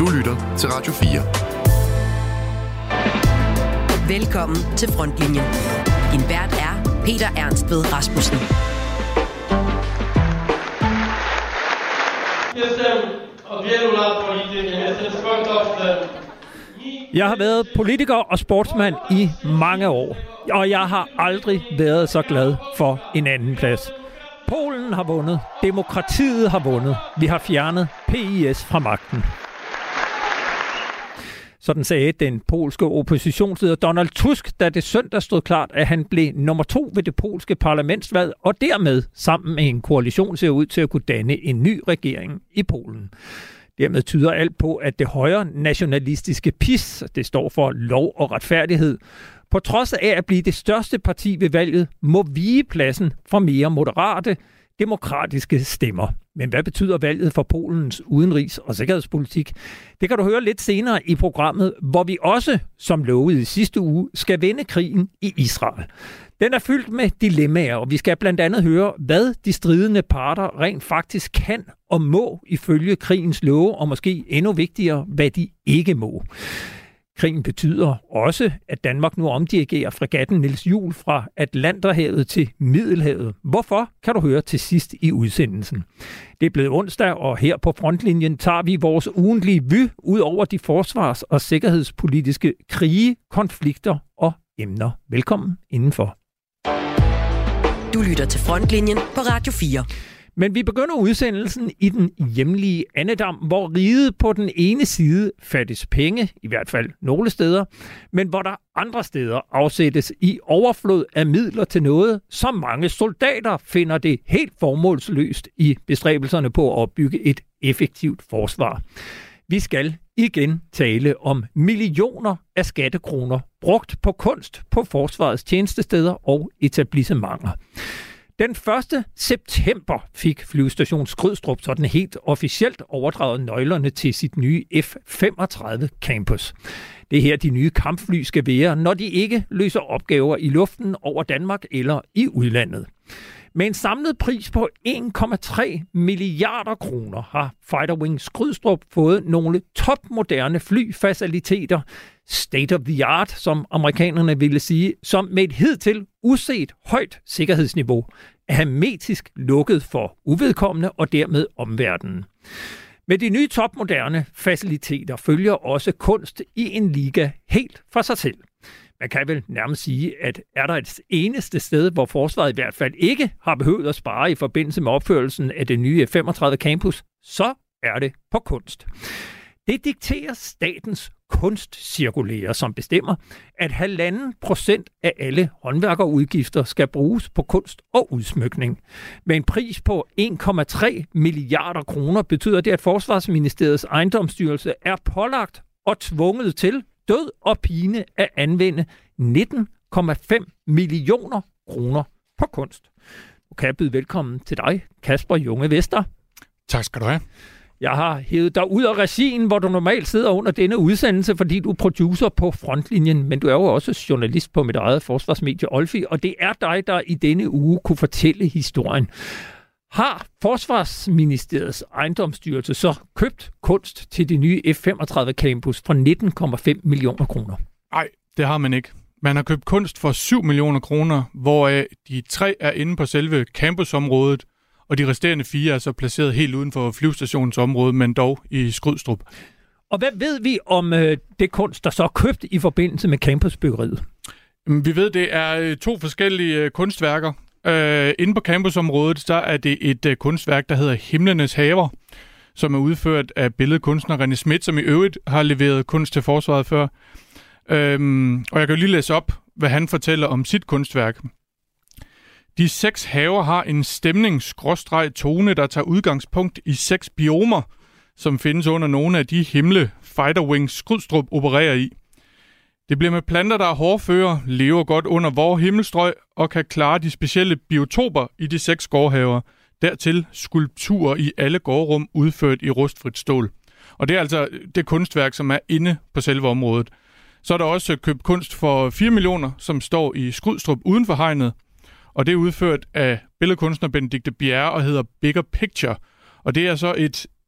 Du lytter til Radio 4. Velkommen til Frontlinjen. Din vært er Peter Ernst Ved Rasmussen. Jeg har været politiker og sportsmand i mange år, og jeg har aldrig været så glad for en anden plads. Polen har vundet, demokratiet har vundet, vi har fjernet PiS fra magten. Sådan sagde den polske oppositionsleder Donald Tusk, da det søndag stod klart, at han blev nummer 2 ved det polske parlamentsvalg, og dermed sammen med en koalition ser ud til at kunne danne en ny regering i Polen. Dermed tyder alt på, at det højre nationalistiske PiS, det står for lov og retfærdighed, på trods af at blive det største parti ved valget, må vige pladsen for mere moderate, demokratiske stemmer. Men hvad betyder valget for Polens udenrigs- og sikkerhedspolitik? Det kan du høre lidt senere i programmet, hvor vi også, som lovet i sidste uge, skal vende krigen i Israel. Den er fyldt med dilemmaer, og vi skal blandt andet høre, hvad de stridende parter rent faktisk kan og må ifølge krigens love, og måske endnu vigtigere, hvad de ikke må. Krigen betyder også, at Danmark nu omdirigerer fregatten Niels Juel fra Atlanterhavet til Middelhavet. Hvorfor, kan du høre til sidst i udsendelsen. Det er blevet onsdag, og her på Frontlinjen tager vi vores ugentlige vy ud over de forsvars- og sikkerhedspolitiske krige, konflikter og emner. Velkommen indenfor. Du lytter til Frontlinjen på Radio 4. Men vi begynder udsendelsen i den hjemlige Annedam, hvor riget på den ene side fattes penge, i hvert fald nogle steder, men hvor der andre steder afsættes i overflod af midler til noget, som mange soldater finder det helt formålsløst i bestræbelserne på at opbygge et effektivt forsvar. Vi skal igen tale om millioner af skattekroner brugt på kunst på forsvarets tjenestesteder og etablissementer. Den 1. september fik Flyvestation Skrydstrup sådan helt officielt overdraget nøglerne til sit nye F-35 campus. Det er her de nye kampfly skal være, når de ikke løser opgaver i luften over Danmark eller i udlandet. Med en samlet pris på 1,3 milliarder kroner har Fighterwing Skrydstrup fået nogle topmoderne flyfaciliteter, state of the art, som amerikanerne ville sige, som med et hidtil uset højt sikkerhedsniveau er hermetisk lukket for uvedkommende og dermed omverdenen. Med de nye topmoderne faciliteter følger også kunst i en liga helt for sig selv. Man kan vel nærmest sige, at er der et eneste sted, hvor forsvaret i hvert fald ikke har behøvet at spare i forbindelse med opførelsen af det nye F-35 campus, så er det på kunst. Det dikterer statens kunstcirkulære, som bestemmer, at 1,5% af alle håndværkerudgifter skal bruges på kunst og udsmykning. Med en pris på 1,3 milliarder kroner betyder det, at Forsvarsministeriets ejendomsstyrelse er pålagt og tvunget til død og pine at anvende 19,5 millioner kroner på kunst. Nu kan jeg byde velkommen til dig, Kasper Junge Vester. Tak skal du have. Jeg har hævet dig ud af regien, hvor du normalt sidder under denne udsendelse, fordi du er producer på Frontlinjen, men du er jo også journalist på mit eget forsvarsmedie Olfi, og det er dig, der i denne uge kunne fortælle historien. Har Forsvarsministeriets ejendomsstyrelse så købt kunst til det nye F-35 campus for 19,5 millioner kroner? Nej, det har man ikke. Man har købt kunst for 7 millioner kroner, hvoraf de 3 er inde på selve campusområdet, og de resterende 4 er så placeret helt uden for flyvestationsområde, men dog i Skrydstrup. Og hvad ved vi om det kunst, der så er købt i forbindelse med campusbyggeriet? Vi ved, det er 2 forskellige kunstværker. Inde på campusområdet, så er det et kunstværk, der hedder Himlenes Haver, som er udført af billedkunstner René Schmidt, som i øvrigt har leveret kunst til forsvaret før. Og jeg kan jo lige læse op, hvad han fortæller om sit kunstværk. De 6 haver har en stemning/tone, der tager udgangspunkt i 6 biomer, som findes under nogle af de himle Fighterwing Skrydstrup opererer i. Det bliver med planter, der er hårdføre, lever godt under vore himmelstrøg og kan klare de specielle biotoper i de 6 gårdhaver. Dertil skulpturer i alle gårdrum udført i rustfrit stål. Og det er altså det kunstværk, som er inde på selve området. Så er der også købt kunst for 4 millioner, som står i Skrydstrup uden for hegnet. Og det er udført af billedkunstner Benedikte Bjerre og hedder Bigger Picture. Og det er så et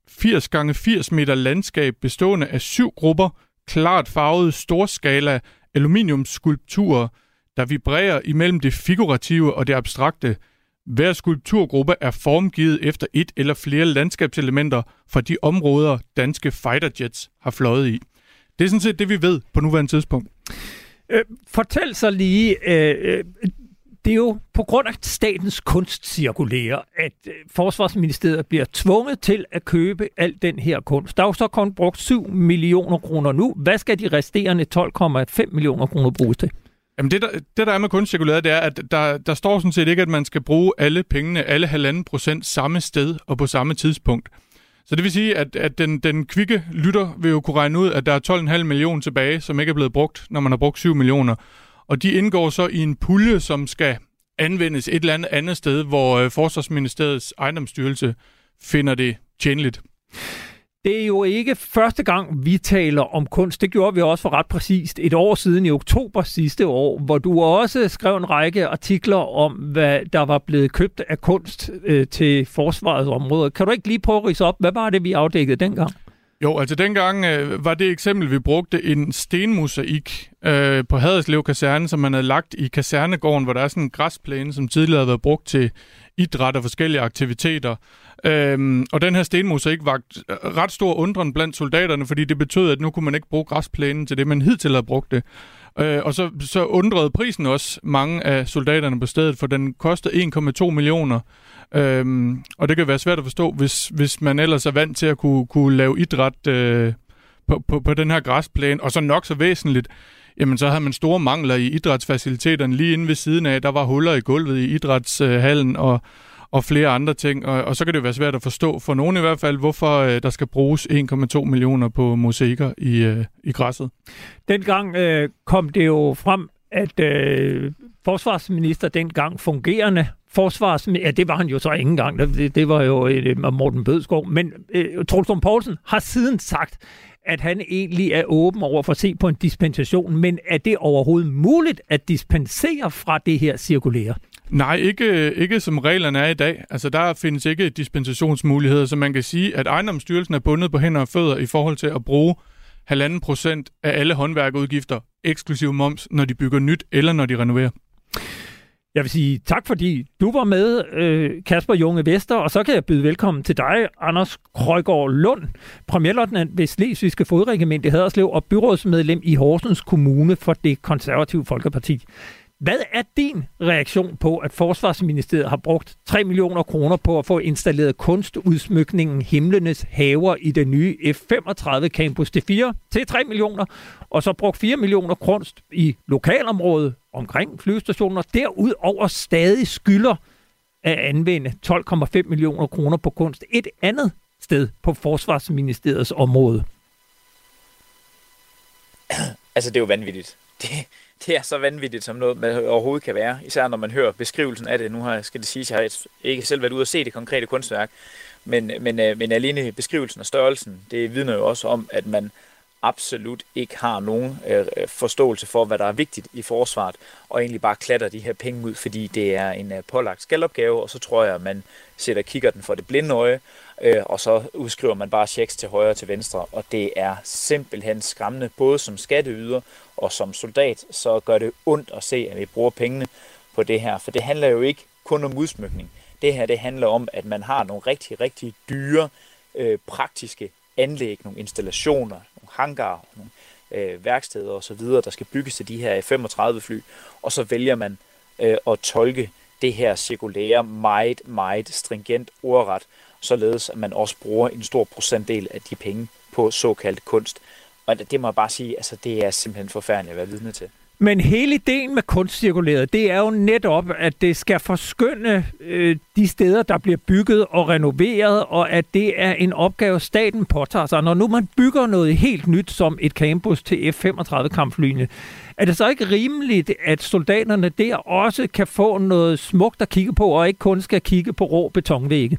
80 gange 80 meter landskab bestående af 7 grupper klart farvede storskala aluminiumskulpturer, der vibrerer imellem det figurative og det abstrakte. Hver skulpturgruppe er formgivet efter et eller flere landskabselementer fra de områder, danske fighterjets har fløjet i. Det er sådan set det, vi ved på nuværende tidspunkt. Fortæl så lige, det er jo på grund af statens kunstcirkulære, at Forsvarsministeriet bliver tvunget til at købe al den her kunst. Der er jo så kun brugt 7 millioner kroner nu. Hvad skal de resterende 12,5 millioner kroner bruges til? Jamen det der er med kunstcirkulæret, det er, at der står sådan set ikke, at man skal bruge alle pengene, alle 1,5% samme sted og på samme tidspunkt. Så det vil sige, at den kvikke lytter vil jo kunne regne ud, at der er 12,5 millioner tilbage, som ikke er blevet brugt, når man har brugt 7 millioner. Og de indgår så i en pulje, som skal anvendes et eller andet sted, hvor Forsvarsministeriets ejendomsstyrelse finder det tjenligt. Det er jo ikke første gang, vi taler om kunst. Det gjorde vi også for ret præcist et år siden i oktober sidste år, hvor du også skrev en række artikler om, hvad der var blevet købt af kunst til forsvarets område. Kan du ikke lige prøve at ridse op, hvad var det, vi afdækkede dengang? Jo, altså dengang var det eksempel, vi brugte en stenmosaik på Haderslev Kaserne, som man havde lagt i kasernegården, hvor der er sådan en græsplæne, som tidligere havde været brugt til idræt og forskellige aktiviteter. Og den her stenmosaik var ret stor undren blandt soldaterne, fordi det betød, at nu kunne man ikke bruge græsplænen til det, man hidtil havde brugt det. Og så undrede prisen også mange af soldaterne på stedet, for den kostede 1,2 millioner. Og det kan være svært at forstå, hvis man ellers er vant til at kunne lave idræt på den her græsplæne. Og så nok så væsentligt, jamen så havde man store mangler i idrætsfaciliteterne lige inde ved siden af. Der var huller i gulvet i idrætshallen og flere andre ting. Og så kan det være svært at forstå, for nogen i hvert fald, hvorfor der skal bruges 1,2 millioner på mosaikker i græsset. Dengang kom det jo frem, at forsvarsminister dengang fungerende forsvarsminister, ja, det var han jo så ikke engang, det var jo Morten Bødskov, men Troels Lund Poulsen har siden sagt, at han egentlig er åben over for at se på en dispensation, men er det overhovedet muligt at dispensere fra det her cirkulære? Nej, ikke som reglerne er i dag. Altså, der findes ikke dispensationsmuligheder, så man kan sige, at ejendomsstyrelsen er bundet på hænder og fødder i forhold til at bruge 1,5% af alle håndværkerudgifter, eksklusiv moms, når de bygger nyt eller når de renoverer. Jeg vil sige tak, fordi du var med, Kasper Junge Vester, og så kan jeg byde velkommen til dig, Anders Krøjgaard Lund, premierløjtnant ved Slesvigske Fodregiment i Haderslev og byrådsmedlem i Horsens Kommune for Det Konservative Folkeparti. Hvad er din reaktion på, at Forsvarsministeriet har brugt 3 millioner kroner på at få installeret kunstudsmykningen Himlenes Haver i det nye F-35 Campus T4 til 3 millioner, og så brugt 4 millioner kunst i lokalområdet omkring flyvestationer, derudover stadig skylder at anvende 12,5 millioner kroner på kunst et andet sted på Forsvarsministeriets område? Altså, det er jo vanvittigt. Det er så vanvittigt, som noget man overhovedet kan være, især når man hører beskrivelsen af det. Nu skal det siges, at jeg har ikke selv været ude at se det konkrete kunstværk, men alene beskrivelsen og størrelsen, det vidner jo også om, at man absolut ikke har nogen forståelse for, hvad der er vigtigt i forsvaret, og egentlig bare klatter de her penge ud, fordi det er en pålagt skalopgave, og så tror jeg, at man sætter kikkerten for det blinde øje, og så udskriver man bare checks til højre og til venstre, og det er simpelthen skræmmende, både som skatteyder og som soldat, så gør det ondt at se, at vi bruger pengene på det her, for det handler jo ikke kun om udsmykning. Det her, det handler om, at man har nogle rigtig, rigtig dyre, praktiske anlæg, nogle installationer, nogle hangarer, nogle værksteder osv., der skal bygges til de her F-35-fly, og så vælger man at tolke det her cirkulære meget, meget stringent ordret, således at man også bruger en stor procentdel af de penge på såkaldt kunst. Og det må jeg bare sige, altså det er simpelthen forfærdeligt at være vidne til. Men hele ideen med kunstcirkulæret, det er jo netop, at det skal forskønne de steder, der bliver bygget og renoveret, og at det er en opgave, staten påtager sig. Når nu man bygger noget helt nyt som et campus til F-35-kampflyene, er det så ikke rimeligt, at soldaterne der også kan få noget smukt at kigge på, og ikke kun skal kigge på rå betonvægge?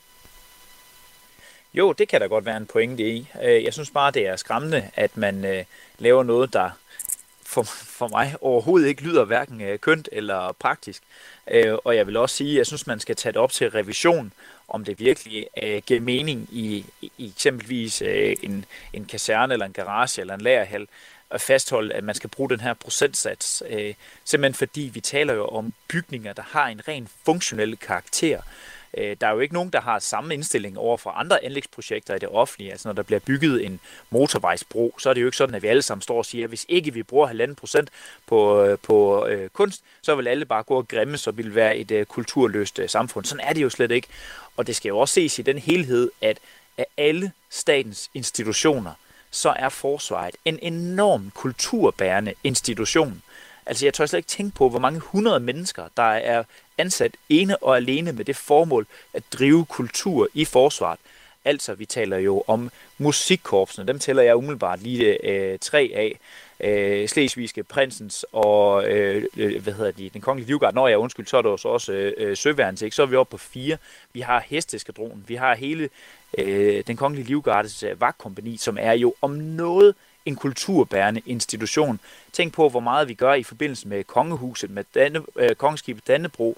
Jo, det kan der godt være en pointe i. Jeg synes bare, det er skræmmende, at man laver noget, der for mig overhovedet ikke lyder hverken kønt eller praktisk. Og jeg vil også sige, at jeg synes, man skal tage det op til revision, om det virkelig giver mening i eksempelvis en kaserne eller en garage eller en lagerhal, at fastholde, at man skal bruge den her procentsats. Simpelthen fordi vi taler jo om bygninger, der har en ren funktionel karakter. Der er jo ikke nogen, der har samme indstilling over for andre anlægsprojekter i det offentlige. Altså når der bliver bygget en motorvejsbro, så er det jo ikke sådan, at vi alle sammen står og siger, at hvis ikke vi bruger 1,5% på kunst, så vil alle bare gå og grimme, så vil være et kulturløst samfund. Sådan er det jo slet ikke. Og det skal jo også ses i den helhed, at af alle statens institutioner, så er forsvaret en enorm kulturbærende institution. Altså jeg tør slet ikke tænke på, hvor mange 100 mennesker, der er ansat ene og alene med det formål at drive kultur i forsvaret. Altså vi taler jo om musikkorpsene, dem tæller jeg umiddelbart lige 3 af. Slesvigske Prinsens og den kongelige livgarde, så er der også søværns, ikke? Så er vi oppe på 4. Vi har hesteskadronen, vi har hele den kongelige livgardes vagtkompagni, som er jo om noget en kulturbærende institution. Tænk på, hvor meget vi gør i forbindelse med kongehuset, med kongeskibet Dannebro,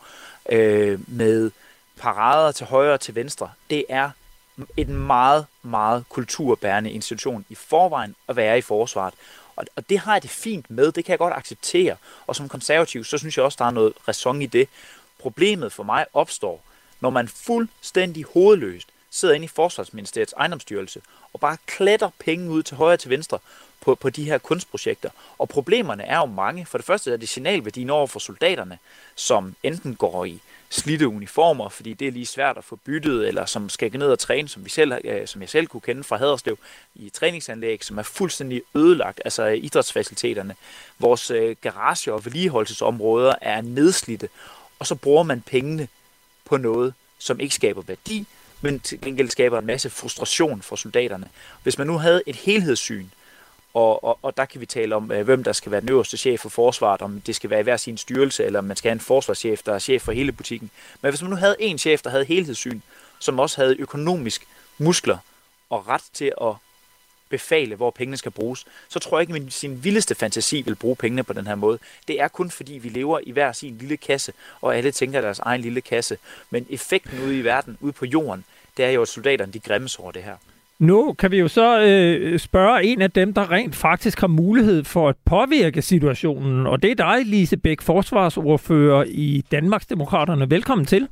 med parader til højre og til venstre. Det er en meget, meget kulturbærende institution i forvejen at være i forsvaret. Og det har jeg det fint med, det kan jeg godt acceptere. Og som konservativ, så synes jeg også, der er noget ræson i det. Problemet for mig opstår, når man fuldstændig hovedløst sidder inde i Forsvarsministeriets ejendomsstyrelse og bare klatter penge ud til højre og til venstre på de her kunstprojekter. Og problemerne er jo mange. For det første er det signalværdien over for soldaterne, som enten går i slidte uniformer, fordi det er lige svært at få byttet, eller som skal gå ned og træne, som jeg selv kunne kende fra Haderslev, i træningsanlæg, som er fuldstændig ødelagt, altså idrætsfaciliteterne. Vores garage- og vedligeholdelsesområder er nedslidte, og så bruger man pengene på noget, som ikke skaber værdi, men til gengæld skaber en masse frustration for soldaterne. Hvis man nu havde et helhedssyn, og der kan vi tale om, hvem der skal være den øverste chef for forsvaret, om det skal være i hver sin styrelse, eller om man skal have en forsvarschef, der er chef for hele butikken. Men hvis man nu havde en chef, der havde helhedssyn, som også havde økonomisk muskler og ret til at befale, hvor pengene skal bruges, så tror jeg ikke, at min sin vildeste fantasi vil bruge pengene på den her måde. Det er kun fordi, vi lever i hver sin lille kasse, og alle tænker deres egen lille kasse. Men effekten ude i verden, ude på jorden, det er jo, at soldaterne de græmmes over det her. Nu kan vi jo så spørge en af dem, der rent faktisk har mulighed for at påvirke situationen, og det er dig, Lise Bech, forsvarsordfører i Danmarksdemokraterne. Velkommen til.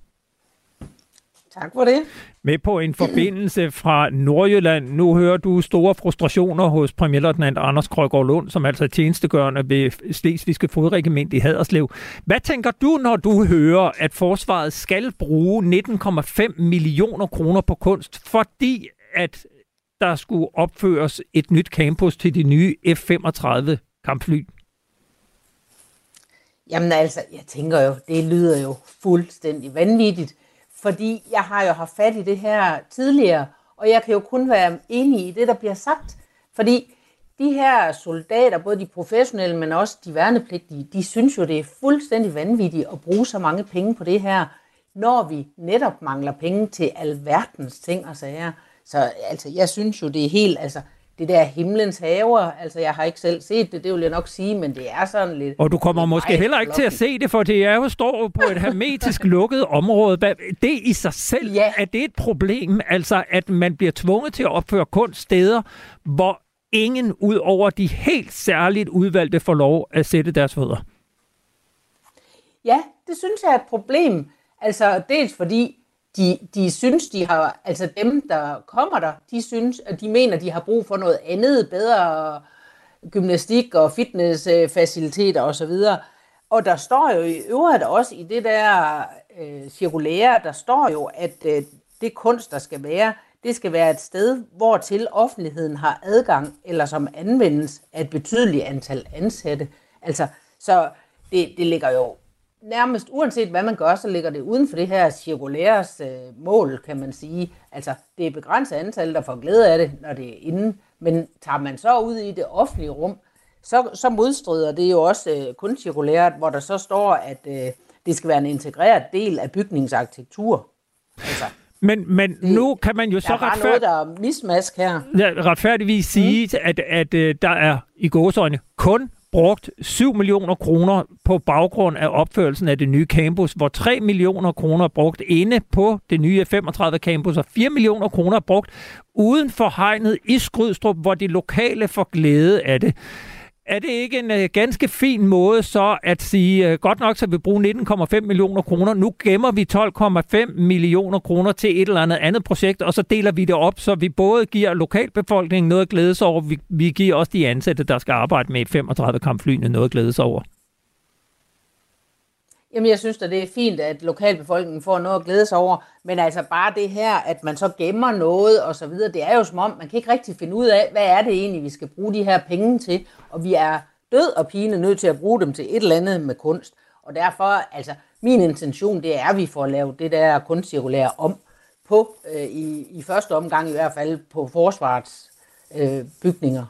Tak for det. Med på en forbindelse fra Nordjylland. Nu hører du store frustrationer hos premierløjtnant Anders Krøgaard Lund, som altså er tjenestegørende ved Slesvigske Fodregiment i Haderslev. Hvad tænker du, når du hører, at forsvaret skal bruge 19,5 millioner kroner på kunst, fordi at der skulle opføres et nyt campus til de nye F-35 kampfly? Jamen altså, jeg tænker jo, det lyder jo fuldstændig vanvittigt, fordi jeg har jo haft fat i det her tidligere, og jeg kan jo kun være enig i det, der bliver sagt. Fordi de her soldater, både de professionelle, men også de værnepligtige, de synes jo, det er fuldstændig vanvittigt at bruge så mange penge på det her, når vi netop mangler penge til alverdens ting og sager. Så altså, jeg synes jo, det er helt, altså, det der himlens haver, altså jeg har ikke selv set det, det vil jeg nok sige, men det er sådan lidt... Og du kommer måske heller ikke til at se det, for det er jo står på et hermetisk lukket område. Det i sig selv, ja. Er det et problem, altså at man bliver tvunget til at opføre kunst steder, hvor ingen ud over de helt særligt udvalgte får lov at sætte deres fødder? Ja, det synes jeg er et problem. Altså dels fordi de synes, de har, altså dem, der kommer der, de synes, at de mener, de har brug for noget andet, bedre gymnastik og fitnessfaciliteter osv. Og der står jo i øvrigt også i det der cirkulære, der står jo, at det kunst, der skal være, det skal være et sted, hvor til offentligheden har adgang, eller som anvendes af et betydeligt antal ansatte. Altså, så det ligger jo nærmest uanset hvad man gør, så ligger det uden for det her cirkulæres mål, kan man sige. Altså, det er begrænset antal, der får glæde af det, når det er inde. Men tager man så ud i det offentlige rum, så modstrider det jo også kunstcirkulæret, hvor der så står, at det skal være en integreret del af bygningsarkitektur. Altså, men nu kan man jo så noget, der er mismask her. Retfærdigvis sige, at der er i gåseøjne kun brugt 7 millioner kroner på baggrund af opførelsen af det nye campus, hvor 3 millioner kroner er brugt inde på det nye 35 campus, og 4 millioner kroner er brugt uden for hegnet i Skrydstrup, hvor de lokale får glæde af det. Er det ikke en ganske fin måde så at sige, godt nok så vi bruger 19,5 millioner kroner, nu gemmer vi 12,5 millioner kroner til et eller andet projekt, og så deler vi det op, så vi både giver lokalbefolkningen noget at glæde sig over, vi giver også de ansatte, der skal arbejde med 35 kampflyene, noget at glæde sig over? Jamen, jeg synes at det er fint, at lokalbefolkningen får noget at glæde sig over, men altså bare det her, at man så gemmer noget og så videre, det er jo som om, man kan ikke rigtig finde ud af, hvad er det egentlig, vi skal bruge de her penge til, og vi er død og pine nødt til at bruge dem til et eller andet med kunst, og derfor, altså, min intention, det er, at vi får lavet det der kunstcirkulære om på, i første omgang i hvert fald, på forsvarets bygninger.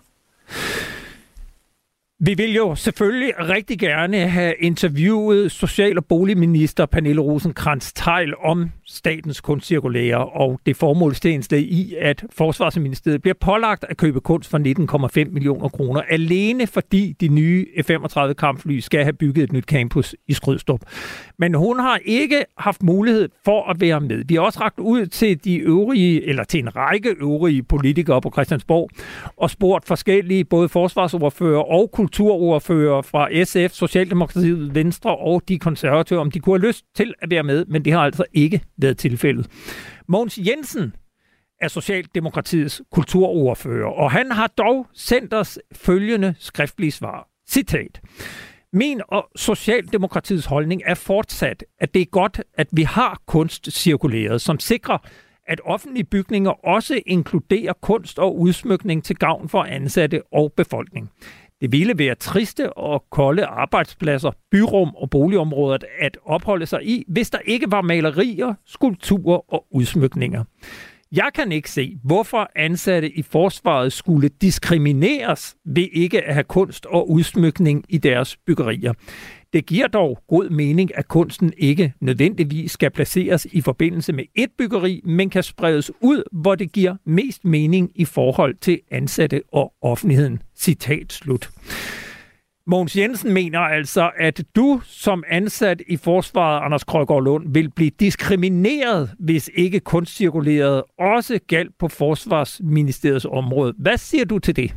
Vi vil jo selvfølgelig rigtig gerne have interviewet social- og boligminister Pernille Rosenkrantz-Theil om statens kunstcirkulære og det formålstjeneste i, at Forsvarsministeriet bliver pålagt at købe kunst for 19,5 millioner kroner, alene fordi de nye F-35 kampfly skal have bygget et nyt campus i Skrydstrup. Men hun har ikke haft mulighed for at være med. Vi har også rakt ud til de øvrige, eller til en række øvrige politikere på Christiansborg, og spurgt forskellige, både forsvarsordfører og kulturordfører fra SF, Socialdemokratiet, Venstre og de konservative, om de kunne have lyst til at være med, men det har altså ikke været tilfældet. Mogens Jensen er Socialdemokratiets kulturordfører, og han har dog sendt os følgende skriftlige svar. Citat. Min og Socialdemokratiets holdning er fortsat, at det er godt, at vi har kunstcirkuleret, som sikrer, at offentlige bygninger også inkluderer kunst og udsmykning til gavn for ansatte og befolkning. Det ville være triste og kolde arbejdspladser, byrum og boligområder at opholde sig i, hvis der ikke var malerier, skulpturer og udsmykninger. Jeg kan ikke se, hvorfor ansatte i forsvaret skulle diskrimineres ved ikke at have kunst og udsmykning i deres byggerier. Det giver dog god mening, at kunsten ikke nødvendigvis skal placeres i forbindelse med et byggeri, men kan spredes ud, hvor det giver mest mening i forhold til ansatte og offentligheden. Citat slut. Mogens Jensen mener altså, at du som ansat i forsvaret, Anders Krøgaard Lund, vil blive diskrimineret, hvis ikke kunstcirkuleret også galt på Forsvarsministeriets område. Hvad siger du til det?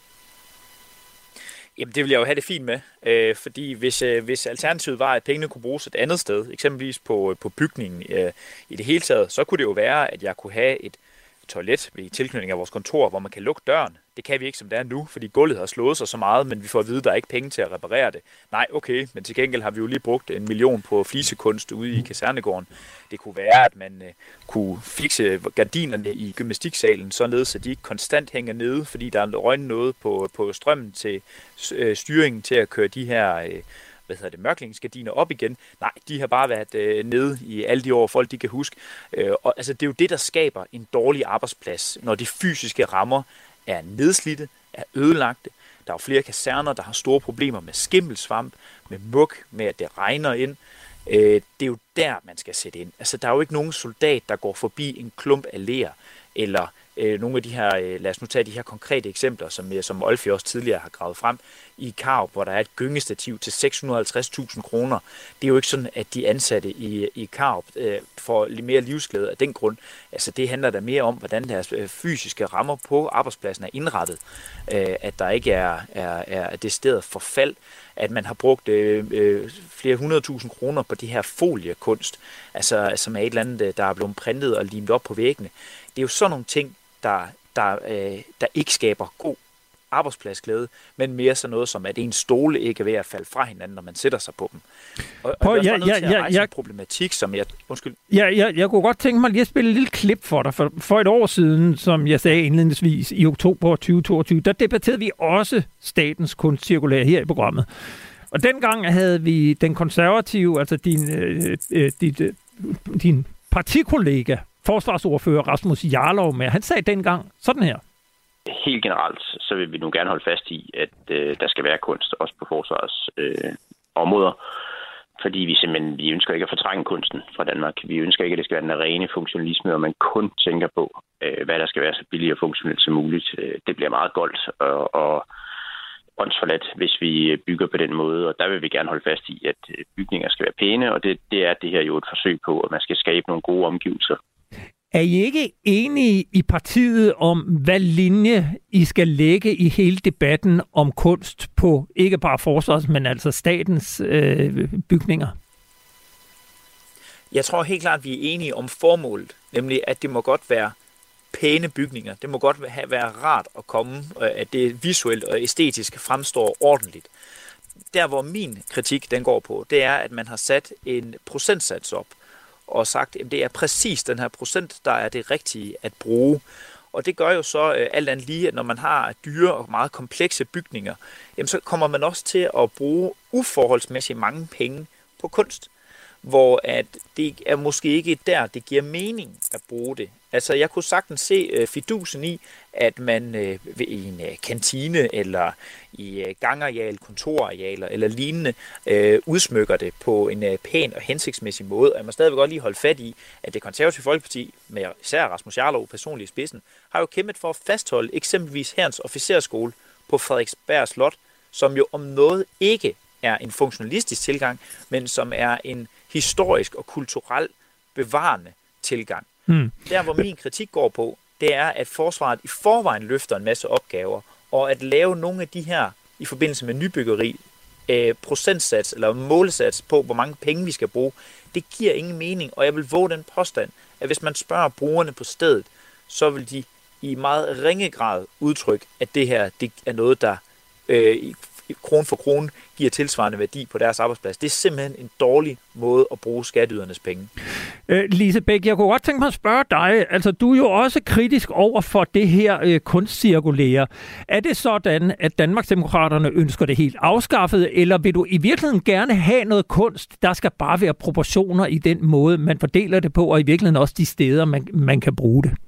Jamen, det vil jeg jo have det fint med, fordi hvis alternativet var, at pengene kunne bruges et andet sted, eksempelvis på bygningen i det hele taget, så kunne det jo være, at jeg kunne have et toilet i tilknytning af vores kontor, hvor man kan lukke døren. Det kan vi ikke, som det er nu, fordi gulvet har slået sig så meget, men vi får at vide, at der er ikke penge til at reparere det. Nej, okay, men til gengæld har vi jo lige brugt 1 million på flisekunst ude i kasernegården. Det kunne være, at man kunne fikse gardinerne i gymnastiksalen, således at de ikke konstant hænger nede, fordi der er røgnet noget på strømmen til styringen til at køre de her mørklægningsgardiner op igen. Nej, de har bare været nede i alle de år, folk de kan huske. Og altså, det er jo det, der skaber en dårlig arbejdsplads, når de fysiske rammer er nedslidte, er ødelagte. Der er jo flere kaserner, der har store problemer med skimmelsvamp, med mug, med at det regner ind. Det er jo der, man skal sætte ind. Altså, der er jo ikke nogen soldat, der går forbi en klump af ler, eller nogle af de her, lad os nu tage de her konkrete eksempler, som Olfi også tidligere har gravet frem, i Karup, hvor der er et gyngestativ til 650.000 kroner. Det er jo ikke sådan, at de ansatte i Karup får lidt mere livsglæde af den grund. Altså, det handler da mere om, hvordan deres fysiske rammer på arbejdspladsen er indrettet. At der ikke er det sted forfald, at man har brugt flere 100.000 kroner på det her foliekunst, altså som er et eller andet, der er blevet printet og limet op på væggene. Det er jo sådan nogle ting, der ikke skaber god arbejdspladsglæde, men mere sådan noget som, at ens stole ikke er ved at falde fra hinanden, når man sætter sig på dem. Og jeg er nødt til at rejse en problematik, som jeg... Undskyld. Jeg kunne godt tænke mig lige at spille et lille klip for dig. For et år siden, som jeg sagde indledningsvis, i oktober 2022, der debatterede vi også statens kunstcirkulære her i programmet. Og dengang havde vi den konservative, altså din partikollega, forsvarsordfører Rasmus Jarlov med. Han sagde dengang sådan her. Helt generelt, så vil vi nu gerne holde fast i, at der skal være kunst, også på forsvarets områder. Fordi vi ønsker ikke at fortrænge kunsten fra Danmark. Vi ønsker ikke, at det skal være den rene funktionalisme, og man kun tænker på, hvad der skal være så billigt og funktionelt som muligt. Det bliver meget goldt åndsforladt, hvis vi bygger på den måde. Og der vil vi gerne holde fast i, at bygninger skal være pæne, og det er det her jo et forsøg på, at man skal skabe nogle gode omgivelser. Er I ikke enige i partiet om, hvad linje I skal lægge i hele debatten om kunst på ikke bare forsvars, men altså statens bygninger? Jeg tror helt klart, at vi er enige om formålet, nemlig at det må godt være pæne bygninger. Det må godt være rart at komme, at det visuelt og æstetisk fremstår ordentligt. Der, hvor min kritik den går på, det er, at man har sat en procentsats op og sagt, at det er præcis den her procent, der er det rigtige at bruge. Og det gør jo så alt andet lige, at når man har dyre og meget komplekse bygninger, jamen så kommer man også til at bruge uforholdsmæssigt mange penge på kunst, hvor at det er måske ikke der, det giver mening at bruge det. Altså, jeg kunne sagtens se fidusen i, at man i en kantine eller i gangareal, kontorarealer eller lignende udsmykker det på en pæn og hensigtsmæssig måde. Og jeg må stadigvæk godt lige holde fat i, at Det Konservative Folkeparti, med især Rasmus Jarlov personligt i spidsen, har jo kæmpet for at fastholde eksempelvis Hærens Officersskole på Frederiksberg Slot, som jo om noget ikke er en funktionalistisk tilgang, men som er en historisk og kulturel bevarende tilgang. Der, hvor min kritik går på, det er, at forsvaret i forvejen løfter en masse opgaver, og at lave nogle af de her, i forbindelse med nybyggeri, procentsats eller målesats på, hvor mange penge vi skal bruge, det giver ingen mening, og jeg vil våge den påstand, at hvis man spørger brugerne på stedet, så vil de i meget ringe grad udtrykke, at det her det er noget, der krone for krone giver tilsvarende værdi på deres arbejdsplads. Det er simpelthen en dårlig måde at bruge skatteydernes penge. Lise Bech, jeg kunne godt tænke mig at spørge dig, altså du er jo også kritisk over for det her kunstcirkulære. Er det sådan, at Danmarksdemokraterne ønsker det helt afskaffet, eller vil du i virkeligheden gerne have noget kunst, der skal bare være proportioner i den måde, man fordeler det på, og i virkeligheden også de steder, man kan bruge det?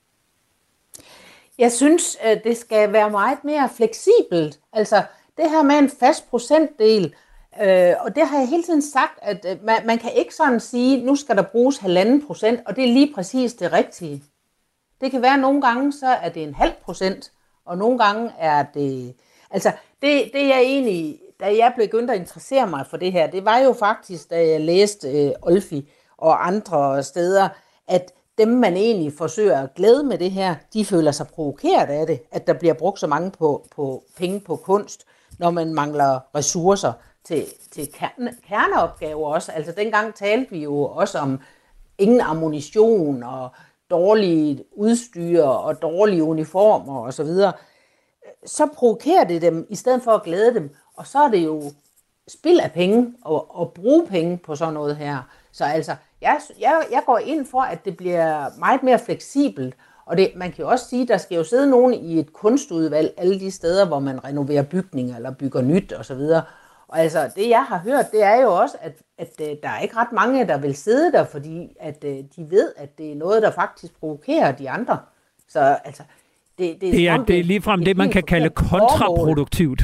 Jeg synes, det skal være meget mere fleksibelt. Altså, det her med en fast procentdel, og det har jeg hele tiden sagt, at man kan ikke sådan sige, nu skal der bruges 1,5%, og det er lige præcis det rigtige. Det kan være, at nogle gange så er det 0,5%, og nogle gange er det... Altså, det jeg egentlig, da jeg begyndte at interessere mig for det her, det var jo faktisk, da jeg læste Olfi og andre steder, at dem, man egentlig forsøger at glæde med det her, de føler sig provokeret af det, at der bliver brugt så mange penge på kunst, når man mangler ressourcer til kerneopgaver også. Altså dengang talte vi jo også om ingen ammunition og dårlige udstyr og dårlige uniformer osv. Så provokerer det dem i stedet for at glæde dem, og så er det jo spild af penge og bruge penge på sådan noget her. Så altså, jeg går ind for, at det bliver meget mere fleksibelt. Og man kan jo også sige, at der skal jo sidde nogen i et kunstudvalg, alle de steder, hvor man renoverer bygninger eller bygger nyt osv. Og altså, det jeg har hørt, det er jo også, at der er ikke ret mange, der vil sidde der, fordi at de ved, at det er noget, der faktisk provokerer de andre. Så altså, det er ligefrem det, man kan kalde kontraproduktivt.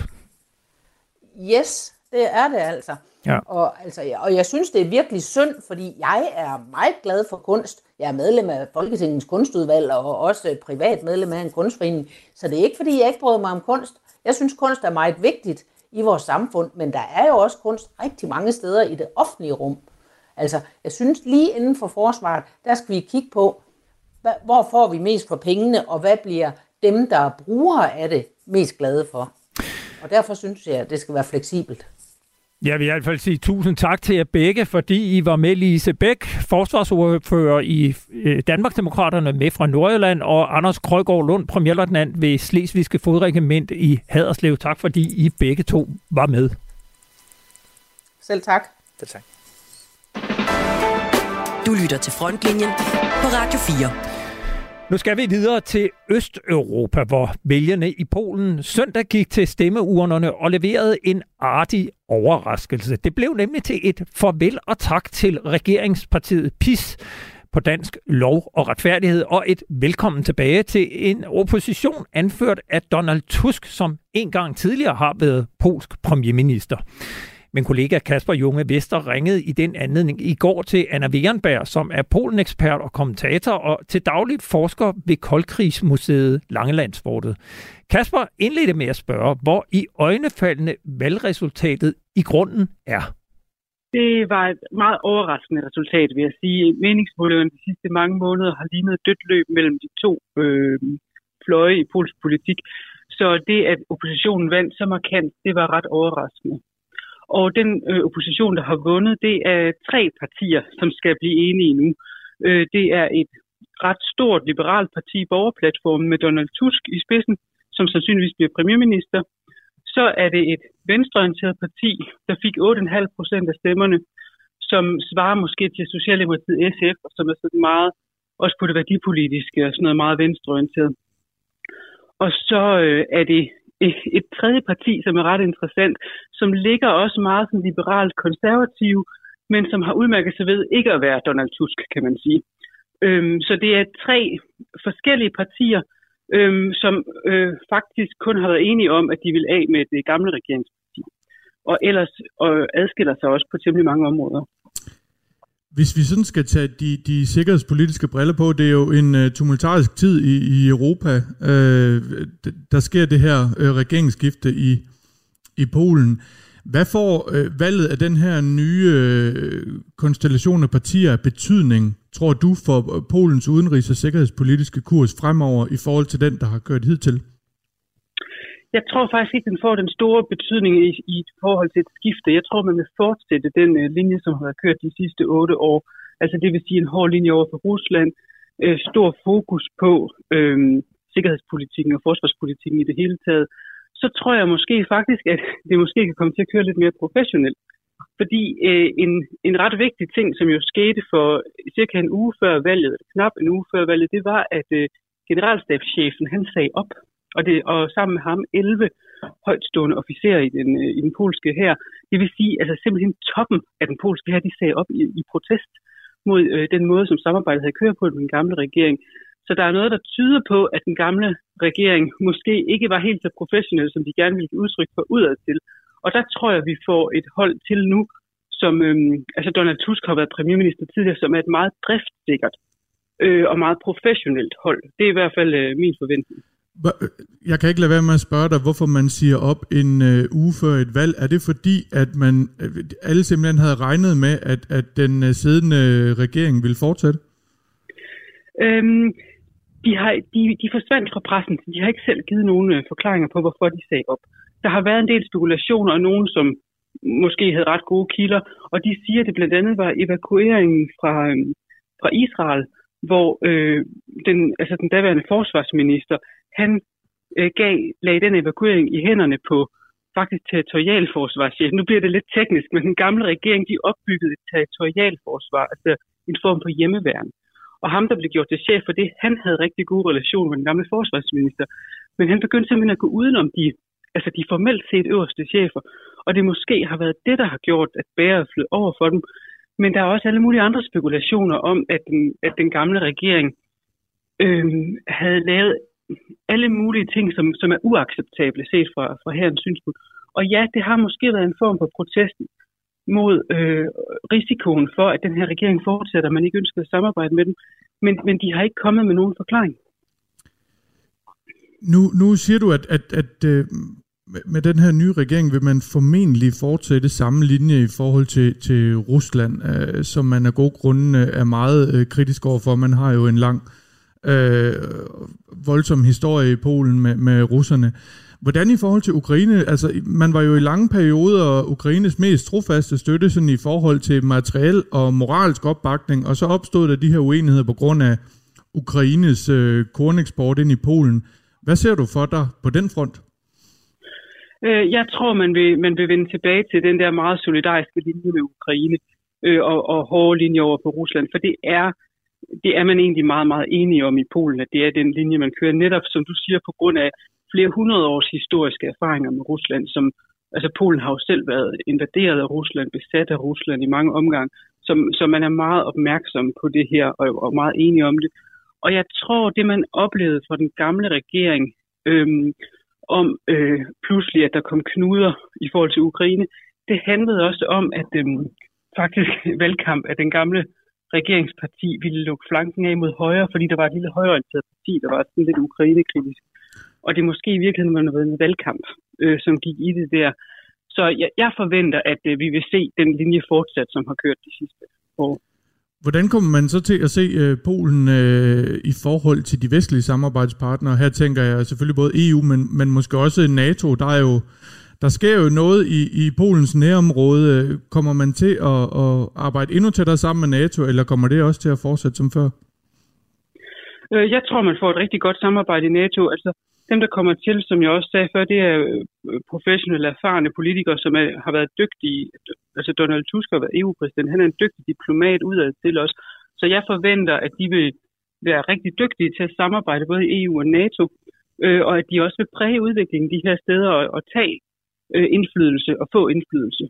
Yes, det er det altså. Ja. Og jeg synes, det er virkelig synd, fordi jeg er meget glad for kunst. Jeg er medlem af Folketingets kunstudvalg og også privat medlem af en kunstforening. Så det er ikke, fordi jeg ikke bryder mig om kunst. Jeg synes, kunst er meget vigtigt i vores samfund, men der er jo også kunst rigtig mange steder i det offentlige rum. Altså, jeg synes lige inden for forsvaret, der skal vi kigge på, hvor får vi mest for pengene, og hvad bliver dem, der er brugere af det, mest glade for. Og derfor synes jeg, at det skal være fleksibelt. Jeg vil i hvert fald sige tusind tak til jer begge, fordi I var med. Lise Bech, forsvarsordfører i Danmarksdemokraterne med fra Nordjylland, og Anders Krøgaard Lund, premierløjtnant ved Slesvigske Fodregiment i Haderslev. Tak, fordi I begge to var med. Selv tak. Selv tak. Du lytter til Frontlinjen på Radio 4. Nu skal vi videre til Østeuropa, hvor vælgerne i Polen søndag gik til stemmeurnerne og leverede en artig overraskelse. Det blev nemlig til et farvel og tak til regeringspartiet PiS, på dansk Lov og Retfærdighed, og et velkommen tilbage til en opposition anført af Donald Tusk, som en gang tidligere har været polsk premierminister. Min kollega Kasper Junge Vester ringede i den anledning i går til Anna Werenberg, som er Polen-ekspert og kommentator og til dagligt forsker ved Koldkrigsmuseet Langelandsfortet. Kasper indledte med at spørge, hvor i øjnefaldende valgresultatet i grunden er. Det var et meget overraskende resultat, vil jeg sige. Meningsmålingerne de sidste mange måneder har lignet et dødt løb mellem de to fløje i polsk politik. Så det, at oppositionen vandt så markant, det var ret overraskende. Og den opposition, der har vundet, det er 3 partier, som skal blive enige nu. Det er et ret stort liberalt parti, Borgerplatformen, med Donald Tusk i spidsen, som sandsynligvis bliver premierminister. Så er det et venstreorienteret parti, der fik 8,5% af stemmerne, som svarer måske til Socialdemokratiet SF, og som er sådan meget, også på det værdipolitiske og sådan noget meget venstreorienteret. Og så er det et tredje parti, som er ret interessant, som ligger også meget som liberalt konservativ, men som har udmærket sig ved ikke at være Donald Tusk, kan man sige. Så det er 3 forskellige partier, som faktisk kun har været enige om, at de vil af med det gamle regeringsparti. Og ellers adskiller sig også på temmelig mange områder. Hvis vi sådan skal tage de sikkerhedspolitiske briller på, det er jo en tumultarisk tid i Europa. Der sker det her regeringsskifte i Polen. Hvad får valget af den her nye konstellation af partier af betydning, tror du, for Polens udenrigs- og sikkerhedspolitiske kurs fremover i forhold til den, der har kørt hidtil? Jeg tror faktisk ikke, den får den store betydning i forhold til et skifte. Jeg tror, man vil fortsætte den linje, som har været kørt de sidste 8 år. Altså det vil sige en hård linje over for Rusland, stor fokus på sikkerhedspolitikken og forsvarspolitikken i det hele taget. Så tror jeg måske faktisk, at det måske kan komme til at køre lidt mere professionelt. Fordi en ret vigtig ting, som jo skete for cirka en uge før valget, knap en uge før valget, det var, at generalstabschefen, han sagde op. Og sammen med ham 11 højtstående officerer i den polske hær. Det vil sige, altså simpelthen toppen af den polske hær, de sagde op i protest mod den måde, som samarbejdet havde kørt på den gamle regering. Så der er noget, der tyder på, at den gamle regering måske ikke var helt så professionel, som de gerne ville give udtryk for udad til. Og der tror jeg, vi får et hold til nu, som altså Donald Tusk har været premierminister tidligere, som er et meget driftsikkert og meget professionelt hold. Det er i hvert fald min forventning. Jeg kan ikke lade være med at spørge dig, hvorfor man siger op en uge før et valg. Er det fordi, at man alle simpelthen havde regnet med, at den siddende regering ville fortsætte? De forsvandt fra pressen. De har ikke selv givet nogen forklaringer på, hvorfor de sagde op. Der har været en del spekulationer, og nogen, som måske havde ret gode kilder, og de siger, at det blandt andet var evakueringen fra Israel, hvor den daværende forsvarsminister, han lagde den evakuering i hænderne på faktisk territorialforsvarschef. Nu bliver det lidt teknisk, men den gamle regering, de opbyggede et territorialforsvar, altså en form for hjemmeværn. Og ham, der blev gjort til chef for det, han havde rigtig gode relationer med den gamle forsvarsminister. Men han begyndte simpelthen at gå udenom de formelt set øverste chefer. Og det måske har været det, der har gjort, at bæret flød over for dem. Men der er også alle mulige andre spekulationer om, at den gamle regering havde lavet alle mulige ting, som er uacceptable set fra hærens synspunkt. Og ja, det har måske været en form for protest mod risikoen for, at den her regering fortsætter, at man ikke ønsker at samarbejde med dem. Men de har ikke kommet med nogen forklaring. Nu siger du, at med den her nye regering vil man formentlig fortsætte samme linje i forhold til Rusland, som man af gode grunde er meget kritisk overfor. Man har jo en lang voldsom historie i Polen med russerne. Hvordan i forhold til Ukraine? Altså, man var jo i lange perioder Ukraines mest trofaste støtte sådan i forhold til materiel og moralsk opbakning, og så opstod der de her uenigheder på grund af Ukraines korneksport ind i Polen. Hvad ser du for dig på den front? Jeg tror, man vil vende tilbage til den der meget solidariske linje med Ukraine og hårde linje over på Rusland, for det er man egentlig meget, meget enige om i Polen, at det er den linje, man kører netop, som du siger, på grund af flere 100 års historiske erfaringer med Rusland, altså Polen har jo selv været invaderet af Rusland, besat af Rusland i mange omgange, så man er meget opmærksom på det her og meget enige om det. Og jeg tror, det man oplevede fra den gamle regering, om pludselig, at der kom knuder i forhold til Ukraine, det handlede også om, at faktisk valgkamp af den gamle regeringsparti ville lukke flanken af mod højre, fordi der var et lille højreorienteret parti, der var sådan lidt ukrainekritisk. Og det måske i virkeligheden var en valgkamp, som gik i det der. Så jeg forventer, at vi vil se den linje fortsat, som har kørt de sidste år. Hvordan kommer man så til at se Polen i forhold til de vestlige samarbejdspartnere? Her tænker jeg selvfølgelig både EU, men måske også NATO. Der sker jo noget i Polens nærområde. Kommer man til at arbejde endnu tættere sammen med NATO, eller kommer det også til at fortsætte som før? Jeg tror, man får et rigtig godt samarbejde i NATO. Altså, dem, der kommer til, som jeg også sagde før, det er professionelle, erfarne politikere, som har været dygtige. Altså, Donald Tusk har været EU-præsident. Han er en dygtig diplomat udad til os. Så jeg forventer, at de vil være rigtig dygtige til at samarbejde både i EU og NATO, og at de også vil præge udviklingen de her steder og tage indflydelse og få indflydelse.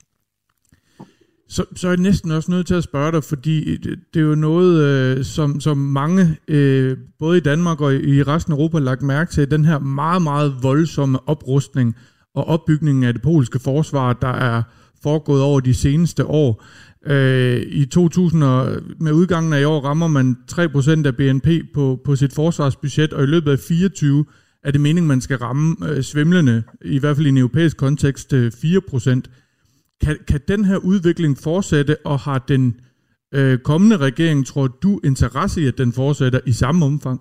Så er jeg næsten også nødt til at spørge dig, fordi det er jo noget, som mange, både i Danmark og i resten af Europa, har lagt mærke til, den her meget, meget voldsomme oprustning og opbygningen af det polske forsvar, der er foregået over de seneste år. I 2000, med udgangen af i år, rammer man 3% af BNP på sit forsvarsbudget, og i løbet af 24 er det meningen, man skal ramme svimlende, i hvert fald i en europæisk kontekst, 4%. Kan den her udvikling fortsætte, og har den kommende regering, tror du, interesse i, at den fortsætter i samme omfang?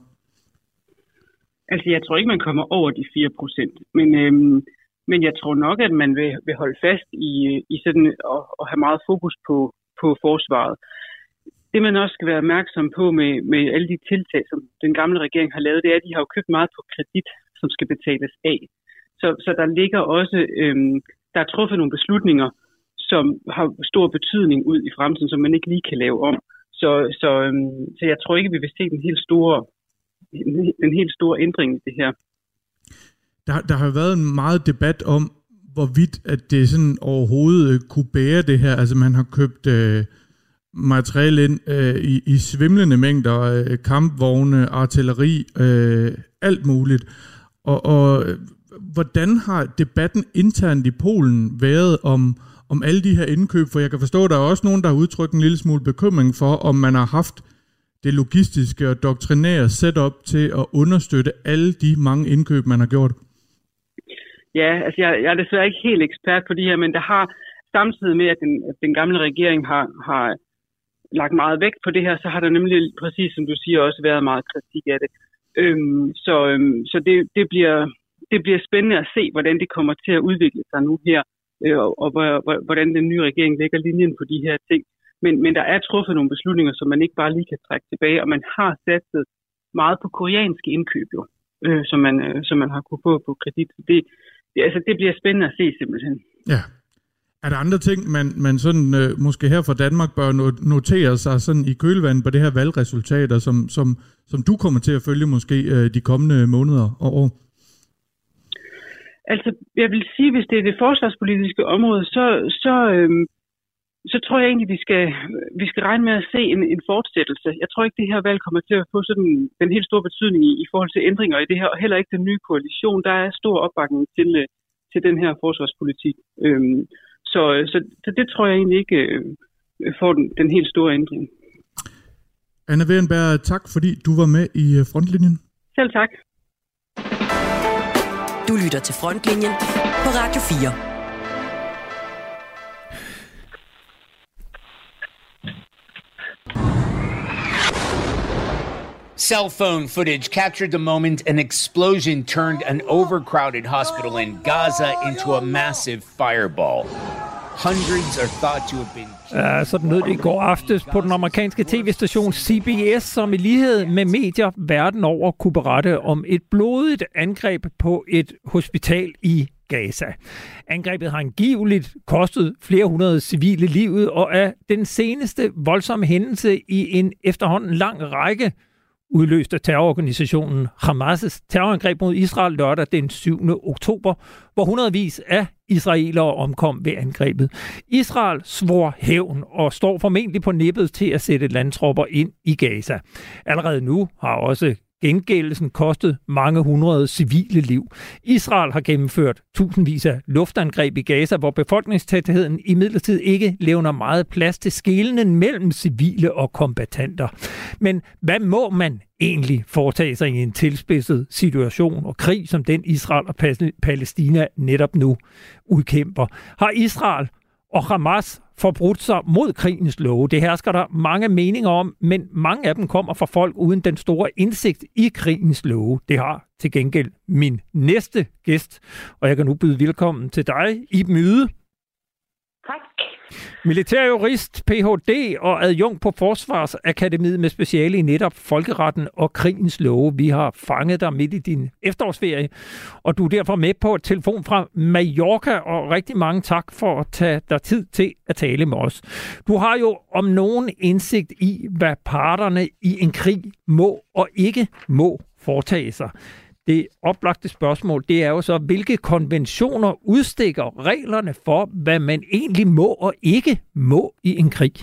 Altså, jeg tror ikke, man kommer over de 4%, men jeg tror nok, at man vil holde fast i sådan og have meget fokus på forsvaret. Det, man også skal være opmærksom på med alle de tiltag, som den gamle regering har lavet, det er, at de har jo købt meget på kredit, som skal betales af. Så der ligger også, der er truffet nogle beslutninger, som har stor betydning ud i fremtiden, som man ikke lige kan lave om. Så jeg tror ikke, vi vil se den helt store ændring i det her. Der har været en meget debat om, hvorvidt at det sådan overhovedet kunne bære det her. Altså man har købt materiale ind i svimlende mængder, kampvogne, artilleri, alt muligt. Og hvordan har debatten internt i Polen været om alle de her indkøb? For jeg kan forstå, at der er også nogen, der har udtrykt en lille smule bekymring for, om man har haft det logistiske og doktrinære setup til at understøtte alle de mange indkøb, man har gjort. Ja, altså jeg er desværre ikke helt ekspert på det her, men der har samtidig med, at den gamle regering har lagt meget vægt på det her, så har der nemlig, præcis som du siger, også været meget kritik af det. Så det bliver spændende at se, hvordan det kommer til at udvikle sig nu her, og hvordan den nye regering lægger linjen på de her ting. Men der er truffet nogle beslutninger, som man ikke bare lige kan trække tilbage, og man har satset meget på koreanske indkøb, som man har kunnet få på kredit. Det bliver spændende at se simpelthen. Ja. Er der andre ting, man sådan, måske her fra Danmark bør notere sig sådan i kølvandet på det her valgresultater, som du kommer til at følge måske de kommende måneder og år? Altså, jeg vil sige, hvis det er det forsvarspolitiske område, så tror jeg egentlig, vi skal regne med at se en fortsættelse. Jeg tror ikke, det her valg kommer til at få sådan den helt store betydning i forhold til ændringer i det her, og heller ikke den nye koalition. Der er stor opbakning til den her forsvarspolitik. Så det tror jeg egentlig ikke får den helt store ændring. Anna Werenberg, tak fordi du var med i Frontlinjen. Selv tak. Du lytter til Frontlinjen på Radio 4. Cell phone footage captured the moment an explosion turned an overcrowded hospital in Gaza into a massive fireball. Hundreds are thought to have been... Sådan lød det i går aftes på den amerikanske tv-station CBS, som i lighed med medier verden over kunne berette om et blodigt angreb på et hospital i Gaza. Angrebet har angiveligt kostet flere hundrede civile livet og er den seneste voldsomme hændelse i en efterhånden lang række udløste terrororganisationen Hamas' terrorangreb mod Israel lørdag den 7. oktober, hvor hundredvis af israelere omkom ved angrebet. Israel svor hævn og står formentlig på nippet til at sætte landtropper ind i Gaza. Allerede nu har også gengældelsen kostet mange hundrede civile liv. Israel har gennemført tusindvis af luftangreb i Gaza, hvor befolkningstætheden imidlertid ikke levner meget plads til skelnen mellem civile og kombattanter. Men hvad må man egentlig foretage sig i en tilspidset situation og krig, som den Israel og Palæstina netop nu udkæmper? Har Israel og Hamas forbrudt sig mod krigens love? Det hersker der mange meninger om, men mange af dem kommer fra folk uden den store indsigt i krigens love. Det har til gengæld min næste gæst, og jeg kan nu byde velkommen til dig, Iben Yde. Tak. Militærjurist, Ph.D. og adjunkt på Forsvarsakademiet med speciale i netop folkeretten og krigens love. Vi har fanget dig midt i din efterårsferie, og du er derfor med på et telefon fra Mallorca, og rigtig mange tak for at tage dig tid til at tale med os. Du har jo om nogen indsigt i, hvad parterne i en krig må og ikke må foretage sig. Det oplagte spørgsmål, det er jo så, hvilke konventioner udstikker reglerne for, hvad man egentlig må og ikke må i en krig?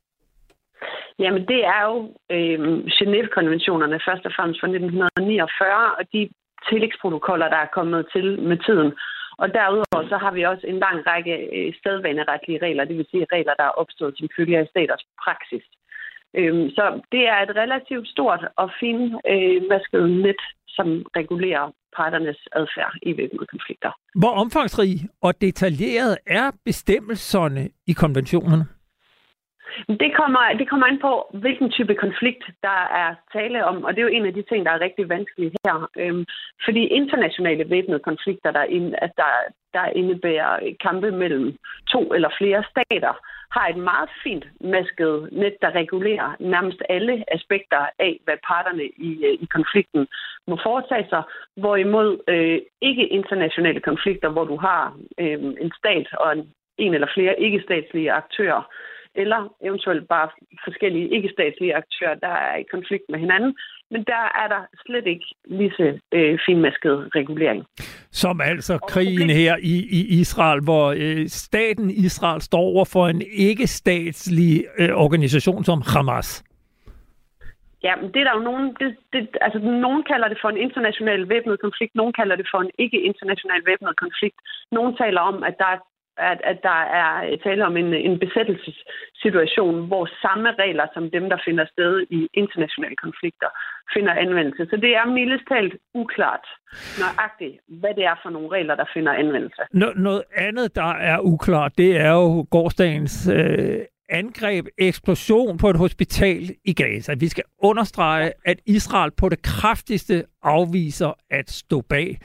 Jamen, det er jo Genève-konventionerne, først og fremmest fra 1949, og de tillægsprotokoller, der er kommet til med tiden. Og derudover så har vi også en lang række sædvaneretlige regler, det vil sige regler, der er opstået som følge af staters praksis. Så det er et relativt stort og finmasket net, som regulerer parternes adfærd i væbnede konflikter. Hvor omfangsrig og detaljeret er bestemmelserne i konventionerne? Det kommer an på, hvilken type konflikt der er tale om, og det er jo en af de ting, der er rigtig vanskelige her. Fordi internationale væbnede konflikter, der indebærer kampe mellem 2 eller flere stater, har et meget fint masket net, der regulerer nærmest alle aspekter af, hvad parterne i konflikten må foretage sig. Hvorimod ikke internationale konflikter, hvor du har en stat og en eller flere ikke-statslige aktører, eller eventuelt bare forskellige ikke-statslige aktører, der er i konflikt med hinanden. Men der er der slet ikke lige så finmasket regulering. Som altså krigen her i Israel, hvor staten Israel står over for en ikke-statslig organisation som Hamas. Ja, men det er der jo nogen... nogen kalder det for en international væbnet konflikt, nogen kalder det for en ikke-international væbnet konflikt. Nogen taler om, at der er tale om en besættelsessituation, hvor samme regler som dem, der finder sted i internationale konflikter, finder anvendelse. Så det er mildest talt uklart nøjagtigt, hvad det er for nogle regler, der finder anvendelse. Noget andet, der er uklart, det er jo gårsdagens angreb, eksplosion på et hospital i Gaza. Vi skal understrege, at Israel på det kraftigste afviser at stå bag.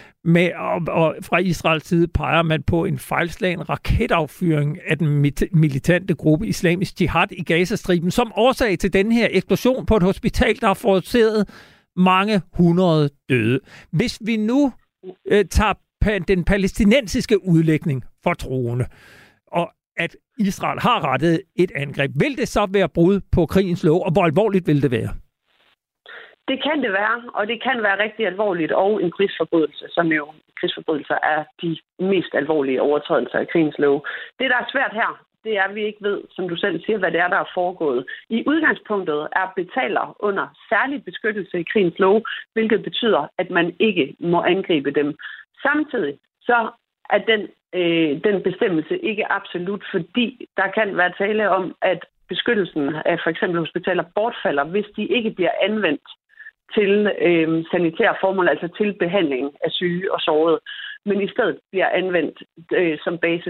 Og fra Israels side peger man på en fejlslagen raketaffyring af den militante gruppe Islamisk Jihad i Gazastriben som årsag til den her eksplosion på et hospital, der har forårsaget mange hundrede døde. Hvis vi nu tager den palæstinensiske udlægning for troende, og at Israel har rettet et angreb, vil det så være brud på krigens lov, og hvor alvorligt vil det være? Det kan det være, og det kan være rigtig alvorligt, og en krigsforbrydelse, som jo krigsforbrydelser er de mest alvorlige overtrædelser af krigens lov. Det, der er svært her, det er, at vi ikke ved, som du selv siger, hvad det er, der er foregået. I udgangspunktet er betaler under særlig beskyttelse i krigens lov, hvilket betyder, at man ikke må angribe dem. Samtidig så er den bestemmelse ikke absolut, fordi der kan være tale om, at beskyttelsen af for eksempel hospitaler bortfalder, hvis de ikke bliver anvendt til sanitære formål, altså til behandling af syge og sårede, men i stedet bliver anvendt som base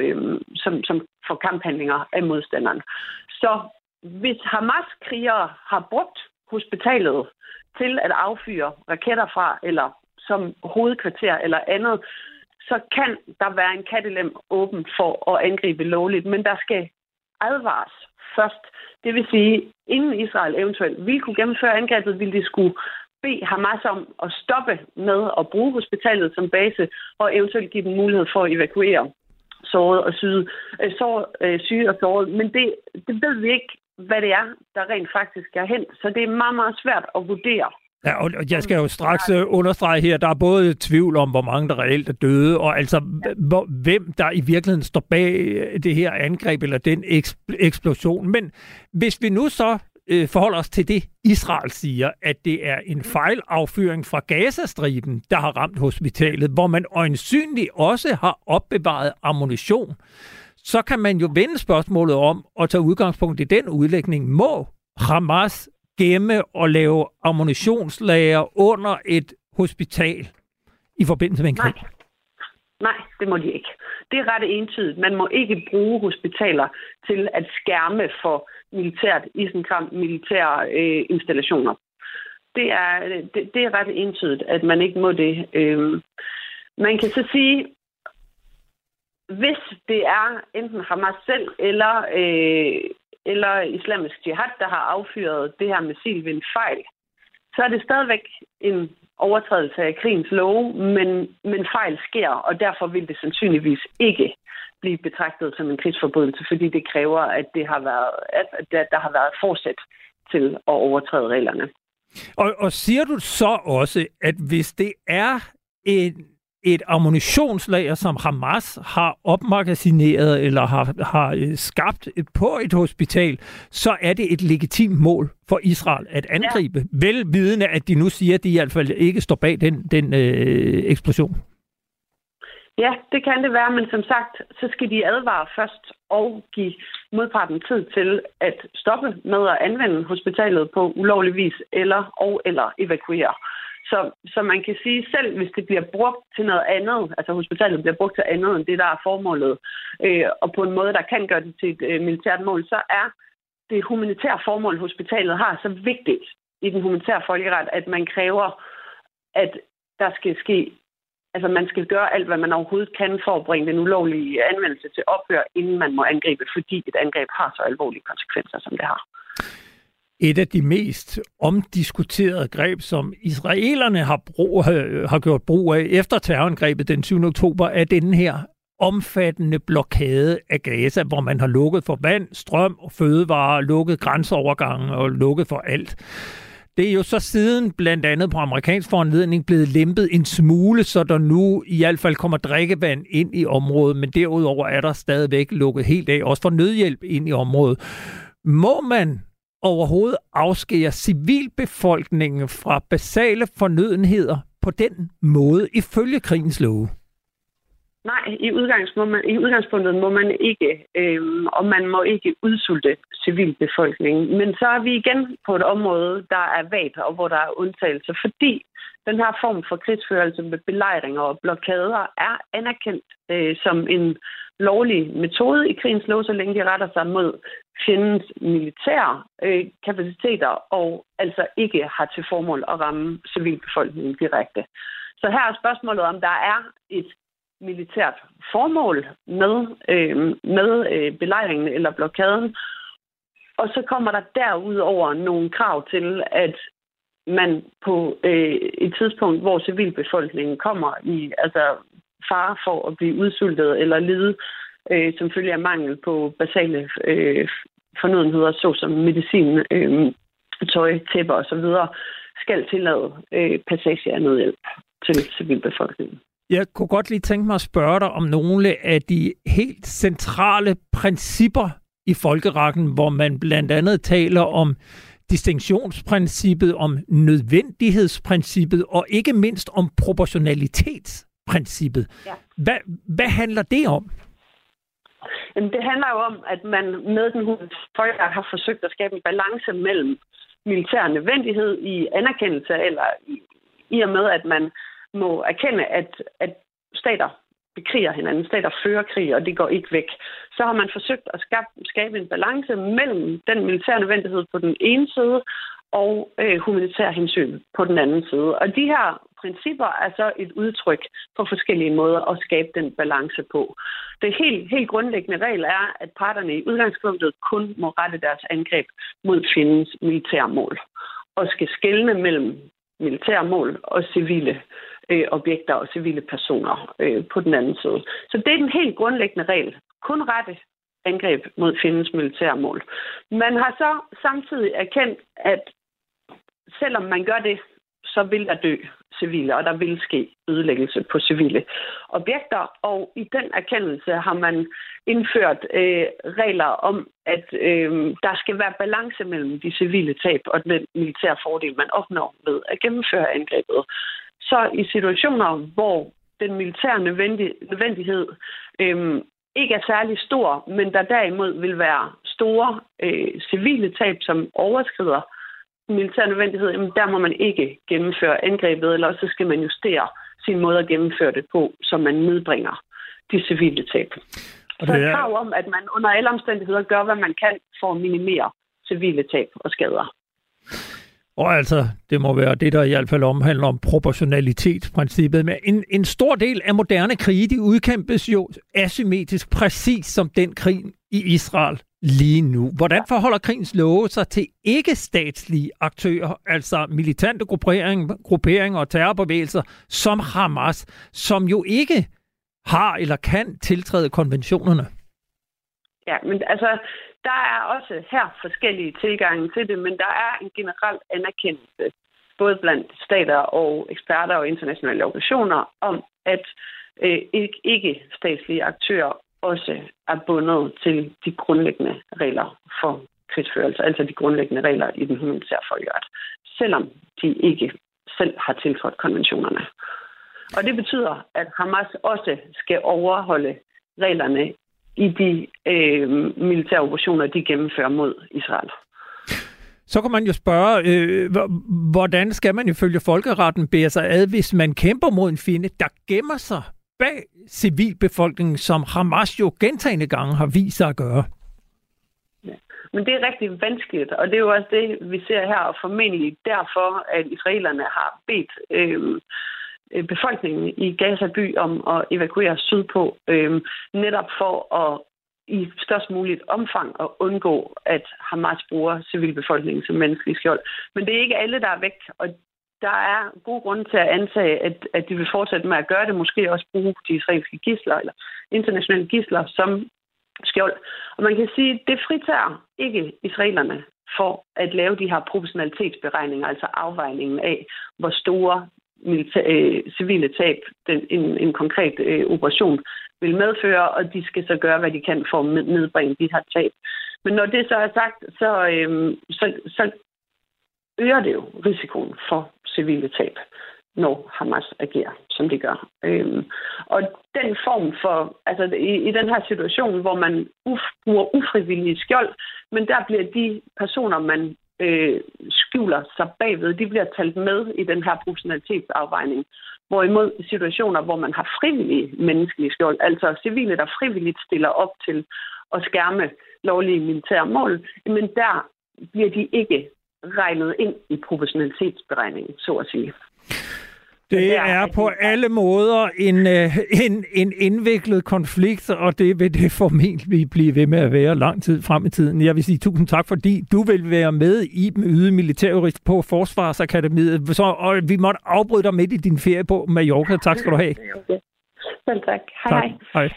for kamphandlinger af modstanderen. Så hvis Hamas-krigere har brugt hospitalet til at affyre raketter fra, eller som hovedkvarter eller andet, så kan der være en kattelem åben for at angribe lovligt, men der skal advares først. Det vil sige, inden Israel eventuelt ville kunne gennemføre angrebet, ville de skulle bede Hamas om at stoppe med at bruge hospitalet som base, og eventuelt give dem mulighed for at evakuere sårede og syge og sårede. Men det ved vi ikke, hvad det er, der rent faktisk er hen. Så det er meget, meget svært at vurdere. Ja, og jeg skal jo straks understrege her, der er både tvivl om, hvor mange der reelt er døde, og altså hvem der i virkeligheden står bag det her angreb eller den eksplosion. Men hvis vi nu så forholder os til det, Israel siger, at det er en fejlaffyring fra Gazastriben, der har ramt hospitalet, hvor man øjensynligt også har opbevaret ammunition, så kan man jo vende spørgsmålet om at tage udgangspunkt i den udlægning. Må Hamas gemme og lave ammunitionslager under et hospital i forbindelse med en krig? Nej, det må de ikke. Det er ret entydigt. Man må ikke bruge hospitaler til at skærme for militært isenkram, militære installationer. Det er ret entydigt, at man ikke må det. Man kan så sige, hvis det er enten Hamas selv eller Islamisk Jihad, der har affyret det her missil ved en fejl, så er det stadigvæk en overtrædelse af krigens love, men fejl sker, og derfor vil det sandsynligvis ikke blive betragtet som en krigsforbrydelse, fordi det kræver, at der har været forsæt til at overtræde reglerne. Og siger du så også, at hvis det er et ammunitionslager, som Hamas har opmagasineret eller har skabt på et hospital, så er det et legitimt mål for Israel at angribe. Ja. Velvidende, at de nu siger, at de i hvert fald ikke står bag den eksplosion. Ja, det kan det være, men som sagt, så skal de advare først og give modparten tid til at stoppe med at anvende hospitalet på ulovlig vis eller evakuere. Så man kan sige, selv hvis det bliver brugt til noget andet, altså hospitalet bliver brugt til andet end det, der er formålet, og på en måde, der kan gøre det til et militært mål, så er det humanitære formål, hospitalet har, så vigtigt i den humanitære folkeret, at man kræver, at der skal ske, altså man skal gøre alt, hvad man overhovedet kan for at bringe den ulovlige anvendelse til ophør, inden man må angribe, fordi et angreb har så alvorlige konsekvenser, som det har. Et af de mest omdiskuterede greb, som israelerne har gjort brug af efter terrorangrebet den 7. oktober, er denne her omfattende blokade af Gaza, hvor man har lukket for vand, strøm og fødevarer, lukket grænseovergange og lukket for alt. Det er jo så siden blandt andet på amerikansk foranledning blevet lempet en smule, så der nu i hvert fald kommer drikkevand ind i området, men derudover er der stadigvæk lukket helt af, også for nødhjælp ind i området. Må man overhovedet afskære civilbefolkningen fra basale fornødenheder på den måde ifølge krigens love? Nej, i udgangspunktet må man ikke, og man må ikke udsulte civilbefolkningen. Men så er vi igen på et område, der er vagt, og hvor der er undtagelser, fordi den her form for krigsførelse med belejringer og blokader er anerkendt som en lovlig metode i krigens lov, så længe de retter sig mod fjendens militære kapaciteter, og altså ikke har til formål at ramme civilbefolkningen direkte. Så her er spørgsmålet, om der er et militært formål med belejringen eller blokaden. Og så kommer der derudover nogle krav til, at man på et tidspunkt, hvor civilbefolkningen kommer i fare for at blive udsultet eller lide som følge af mangel på basale fornødenheder, såsom medicin, tøj, tæpper osv., skal tillade passage af nødhjælp til civilbefolkningen. Jeg kunne godt lige tænke mig at spørge dig om nogle af de helt centrale principper i folkeretten, hvor man blandt andet taler om distinktionsprincippet, om nødvendighedsprincippet og ikke mindst om proportionalitetsprincippet. Ja. Hvad handler det om? Det handler jo om, at man med den folkeret har forsøgt at skabe en balance mellem militær nødvendighed i anerkendelse, eller i og med, at man må erkende, at stater bekriger hinanden, stater fører krig, og det går ikke væk. Så har man forsøgt at skabe en balance mellem den militære nødvendighed på den ene side og humanitær hensyn på den anden side. Og de her principper er så et udtryk for forskellige måder at skabe den balance på. Det helt grundlæggende regel er, at parterne i udgangspunktet kun må rette deres angreb mod fjendens militære mål og skal skelne mellem militære mål og civile objekter og civile personer på den anden side. Så det er den helt grundlæggende regel. Kun rette angreb mod fjendens militære mål. Man har så samtidig erkendt, at selvom man gør det, så vil der dø civile, og der vil ske ødelæggelse på civile objekter. Og i den erkendelse har man indført regler om, at der skal være balance mellem de civile tab og den militære fordel, man opnår ved at gennemføre angrebet. Så i situationer, hvor den militære nødvendighed ikke er særlig stor, men der derimod vil være store civile tab, som overskrider militær nødvendighed, der må man ikke gennemføre angrebet, eller så skal man justere sin måde at gennemføre det på, så man nedbringer de civile tab. Så er et krav om, at man under alle omstændigheder gør, hvad man kan for at minimere civile tab og skader. Og altså, det må være det, der i hvert fald omhandler om proportionalitetsprincippet. Men en stor del af moderne krige, de udkæmpes jo asymmetrisk, præcis som den krig i Israel lige nu. Hvordan forholder krigens love sig til ikke-statslige aktører, altså militante grupperinger og terrorbevægelser som Hamas, som jo ikke har eller kan tiltræde konventionerne? Ja, men altså, der er også her forskellige tilgange til det, men der er en generel anerkendelse, både blandt stater og eksperter og internationale organisationer, om at ikke-statslige aktører også er bundet til de grundlæggende regler for krigsførelse, altså de grundlæggende regler i den humanitære folkeret, selvom de ikke selv har tiltrådt konventionerne. Og det betyder, at Hamas også skal overholde reglerne i de militære operationer, de gennemfører mod Israel. Så kan man jo spørge, hvordan skal man ifølge folkeretten bære sig ad, hvis man kæmper mod en fjende, der gemmer sig bag civilbefolkningen, som Hamas jo gentagne gange har vist sig at gøre? Ja. Men det er rigtig vanskeligt, og det er jo også det, vi ser her, og formentlig derfor, at israelerne har bedt befolkningen i Gaza by om at evakuere sydpå, netop for at i størst muligt omfang at undgå, at Hamas bruger civilbefolkningen som menneskelig skjold. Men det er ikke alle, der er væk, og der er god grund til at antage, at de vil fortsætte med at gøre det, måske også bruge de israelske gidsler eller internationale gidsler som skjold. Og man kan sige, at det fritager ikke israelerne for at lave de her proportionalitetsberegninger, altså afvejningen af, hvor store civile tab en konkret operation vil medføre, og de skal så gøre, hvad de kan for at nedbringe de her tab. Men når det så er sagt, så øger det jo risikoen for civile tab, når Hamas agerer, som de gør. Og den form for, altså i den her situation, hvor man bruger ufrivillige skjold, men der bliver de personer, man skjuler sig bagved, de bliver talt med i den her proportionalitetsafvejning. Hvorimod situationer, hvor man har frivillige menneskelige skjold, altså civile, der frivilligt stiller op til at skærme lovlige militære mål, men der bliver de ikke regnet ind i proportionalitetsberegningen, så at sige. Det er på alle måder en indviklet konflikt, og det vil det formentlig blive ved med at være lang tid frem i tiden. Jeg vil sige tusind tak, fordi du vil være med i Yde militærjurist på Forsvarsakademiet. Og vi måtte afbryde dig midt i din ferie på Mallorca. Tak skal du have. Okay. Selv tak. Hej. Hej.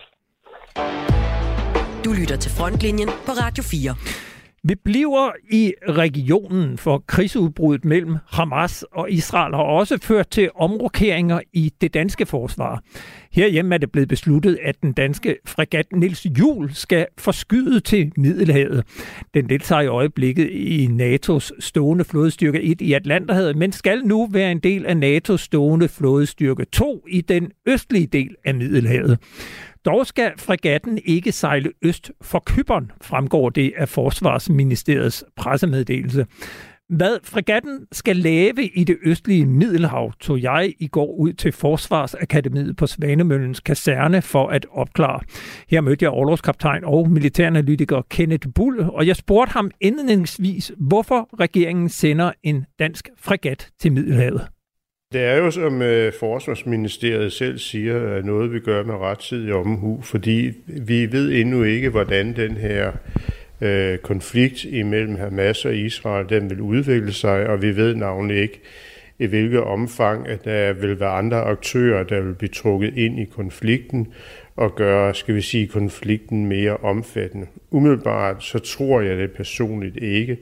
Du lytter til Frontlinjen på Radio 4. Vi bliver i regionen, for krigsudbruddet mellem Hamas og Israel har også ført til omrokeringer i det danske forsvar. Herhjemme er det blevet besluttet, at den danske fregat Niels Juel skal forskyde til Middelhavet. Den deltager i øjeblikket i NATO's stående flådestyrke 1 i Atlanterhavet, men skal nu være en del af NATO's stående flådestyrke 2 i den østlige del af Middelhavet. Dog skal fregatten ikke sejle øst for Cypern, fremgår det af Forsvarsministeriets pressemeddelelse. Hvad fregatten skal lave i det østlige Middelhav, tog jeg i går ud til Forsvarsakademiet på Svanemøllens kaserne for at opklare. Her mødte jeg orlogskaptajn og militæranalytiker Kenneth Bull, og jeg spurgte ham indledningsvis, hvorfor regeringen sender en dansk fregat til Middelhavet. Det er jo, som Forsvarsministeriet selv siger, noget vi gør med rettidig omhu, fordi vi ved endnu ikke, hvordan den her konflikt imellem Hamas og Israel, den vil udvikle sig, og vi ved navnlig ikke, i hvilket omfang, at der vil være andre aktører, der vil blive trukket ind i konflikten og gøre, skal vi sige, konflikten mere omfattende. Umiddelbart så tror jeg det personligt ikke,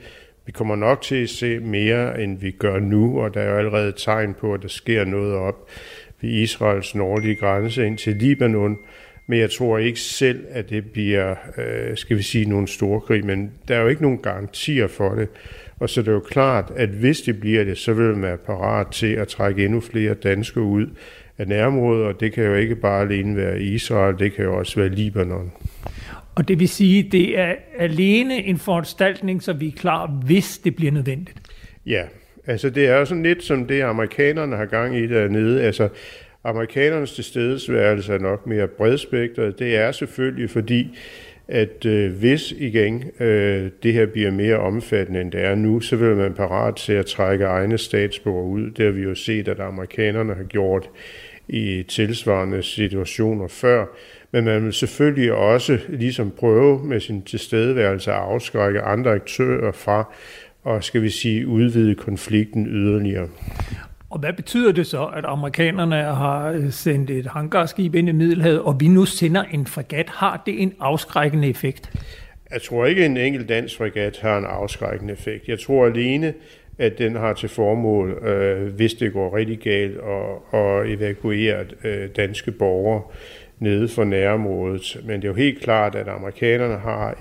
Vi kommer nok til at se mere, end vi gør nu, og der er jo allerede tegn på, at der sker noget op ved Israels nordlige grænse ind til Libanon. Men jeg tror ikke selv, at det bliver, skal vi sige, nogle storkrig, men der er jo ikke nogen garantier for det. Og så er det jo klart, at hvis det bliver det, så vil man være parat til at trække endnu flere danskere ud af nærområdet, og det kan jo ikke bare alene være Israel, det kan jo også være Libanon. Og det vil sige, at det er alene en foranstaltning, så vi er klar, hvis det bliver nødvendigt? Ja, altså det er jo sådan lidt som det, amerikanerne har gang i dernede. Altså amerikanernes tilstedeværelse er nok mere bredspektret. Det er selvfølgelig fordi, at hvis igen det her bliver mere omfattende, end det er nu, så vil man parat til at trække egne statsborgere ud. Det har vi jo set, at amerikanerne har gjort i tilsvarende situationer før. Men man vil selvfølgelig også ligesom prøve med sin tilstedeværelse at afskrække andre aktører fra, og skal vi sige, udvide konflikten yderligere. Og hvad betyder det så, at amerikanerne har sendt et hangarskib ind i Middelhavet, og vi nu sender en fregat? Har det en afskrækkende effekt? Jeg tror ikke, at en enkelt dansk fregat har en afskrækkende effekt. Jeg tror alene, at den har til formål, hvis det går rigtig galt, at evakuere danske borgere nede for nærområdet. Men det er jo helt klart, at amerikanerne har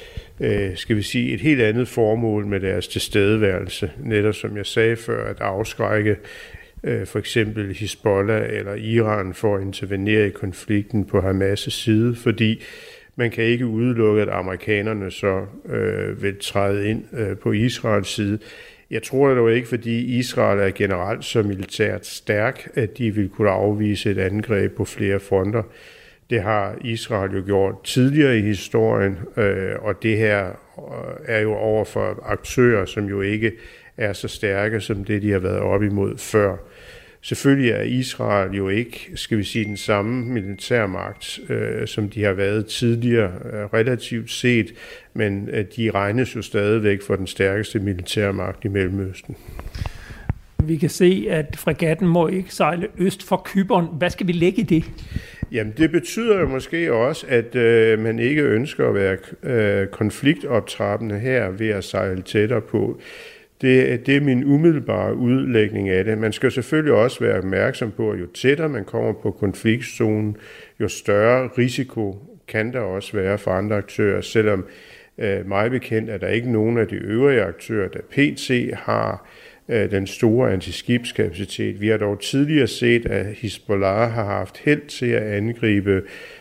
et helt andet formål med deres tilstedeværelse. Netop som jeg sagde før, at afskrække for eksempel Hizbollah eller Iran for at intervenere i konflikten på Hamas' side, fordi man kan ikke udelukke, at amerikanerne så vil træde ind på Israels side. Jeg tror det dog ikke, fordi Israel er generelt så militært stærk, at de vil kunne afvise et angreb på flere fronter. Det har Israel jo gjort tidligere i historien, og det her er jo over for aktører, som jo ikke er så stærke som det, de har været op imod før. Selvfølgelig er Israel jo ikke, skal vi sige, den samme militærmagt, som de har været tidligere relativt set, men de regnes jo stadigvæk for den stærkeste militærmagt i Mellemøsten. Vi kan se, at fregatten må ikke sejle øst for Cypern. Hvad skal vi lægge i det? Jamen, det betyder jo måske også, at man ikke ønsker at være konfliktoptrappende her ved at sejle tættere på. Det er min umiddelbare udlægning af det. Man skal selvfølgelig også være opmærksom på, at jo tættere man kommer på konfliktzonen, jo større risiko kan der også være for andre aktører, selvom mig bekendt er der ikke nogen af de øvrige aktører, der pt. Har den store antiskibskapacitet. Vi har dog tidligere set, at Hizbollah har haft held til at angribe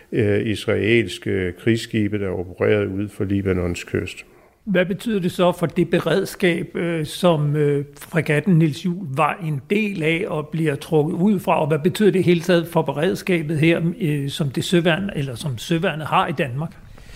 israelske krigsskibe, der opererede ud for Libanons kyst. Hvad betyder det så for det beredskab, som fregatten Niels Juel var en del af og bliver trukket ud fra, og hvad betyder det hele taget for beredskabet her, som det som søværnet har i Danmark?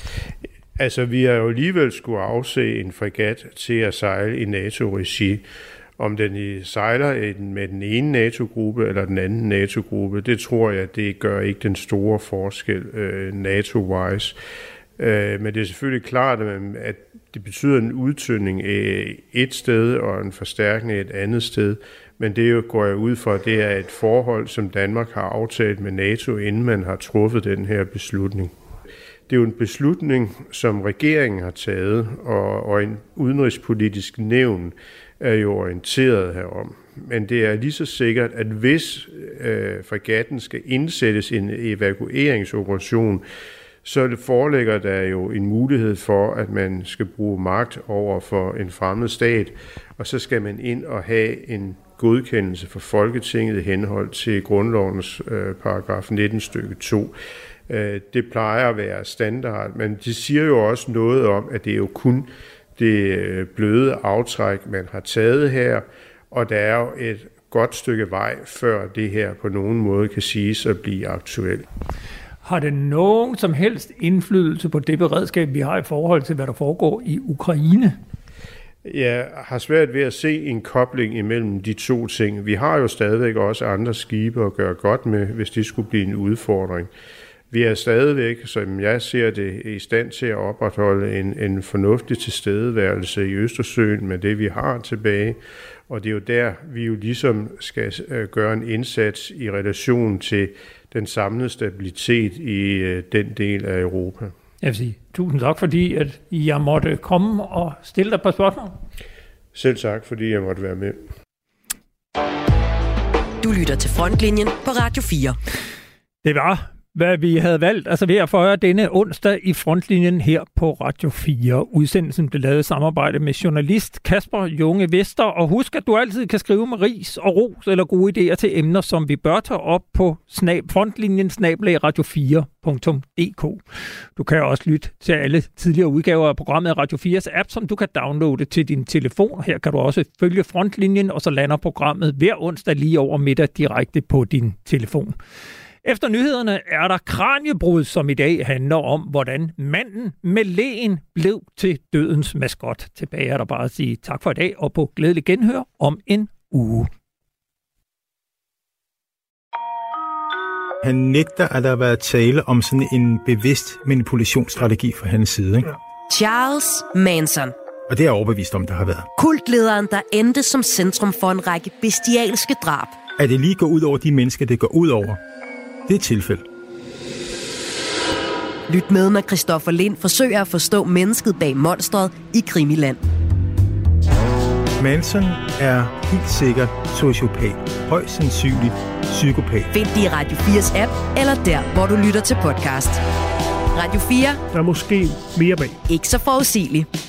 Altså, vi har jo alligevel skulle afse en fregat til at sejle i NATO-regi. Om den sejler med den ene NATO-gruppe eller den anden NATO-gruppe, det tror jeg, det gør ikke den store forskel NATO-wise. Men det er selvfølgelig klart, at det betyder en udtynding et sted og en forstærkning et andet sted. Men det går jeg ud fra, det er et forhold, som Danmark har aftalt med NATO, inden man har truffet den her beslutning. Det er jo en beslutning, som regeringen har taget, og en udenrigspolitisk nævn er jo orienteret herom. Men det er lige så sikkert, at hvis fregatten skal indsættes i en evakueringsoperation, så foreligger der jo en mulighed for, at man skal bruge magt over for en fremmed stat, og så skal man ind og have en godkendelse fra Folketinget i henhold til grundlovens paragraf 19 stykke 2. Det plejer at være standard, men det siger jo også noget om, at det er jo kun det bløde aftræk, man har taget her, og der er jo et godt stykke vej, før det her på nogen måde kan siges at blive aktuelt. Har det nogen som helst indflydelse på det beredskab, vi har i forhold til, hvad der foregår i Ukraine? Jeg har svært ved at se en kobling imellem de to ting. Vi har jo stadigvæk også andre skibe at gøre godt med, hvis det skulle blive en udfordring. Vi er stadigvæk, som jeg ser det, i stand til at opretholde en fornuftig tilstedeværelse i Østersøen med det, vi har tilbage. Og det er jo der, vi jo ligesom skal gøre en indsats i relation til den samlede stabilitet i den del af Europa. Jeg vil sige tusind tak, fordi at jeg måtte komme og stille dig et par spørgsmål. Selv tak, fordi jeg måtte være med. Du lytter til Frontlinjen på Radio 4. Det var, hvad vi havde valgt at servere for jer denne onsdag i Frontlinjen her på Radio 4. Udsendelsen blev lavet i samarbejde med journalist Kasper Junge Vester. Og husk, at du altid kan skrive med ris og ros eller gode idéer til emner, som vi bør tage op på frontlinjen@radio4.dk. Du kan også lytte til alle tidligere udgaver af programmet af Radio 4's app, som du kan downloade til din telefon. Her kan du også følge Frontlinjen, og så lander programmet hver onsdag lige over middag direkte på din telefon. Efter nyhederne er der Kraniebrud, som i dag handler om, hvordan manden med leen blev til dødens maskot. Tilbage er der bare at sige tak for i dag, og på glædelig genhør om en uge. Han nægter, at der har været tale om sådan en bevidst manipulationsstrategi fra hans side, ikke? Charles Manson. Og det er jeg overbevist om, der har været. Kultlederen, der endte som centrum for en række bestialske drab. At det lige går ud over de mennesker, det går ud over. Det er et tilfælde. Lyt med, når Christoffer Lind forsøger at forstå mennesket bag monstret i Krimiland. Manson er helt sikkert sociopat. Højst sandsynligt psykopat. Find det i Radio 4's app, eller der, hvor du lytter til podcast. Radio 4. Der er måske mere bag. Ikke så forudsigeligt.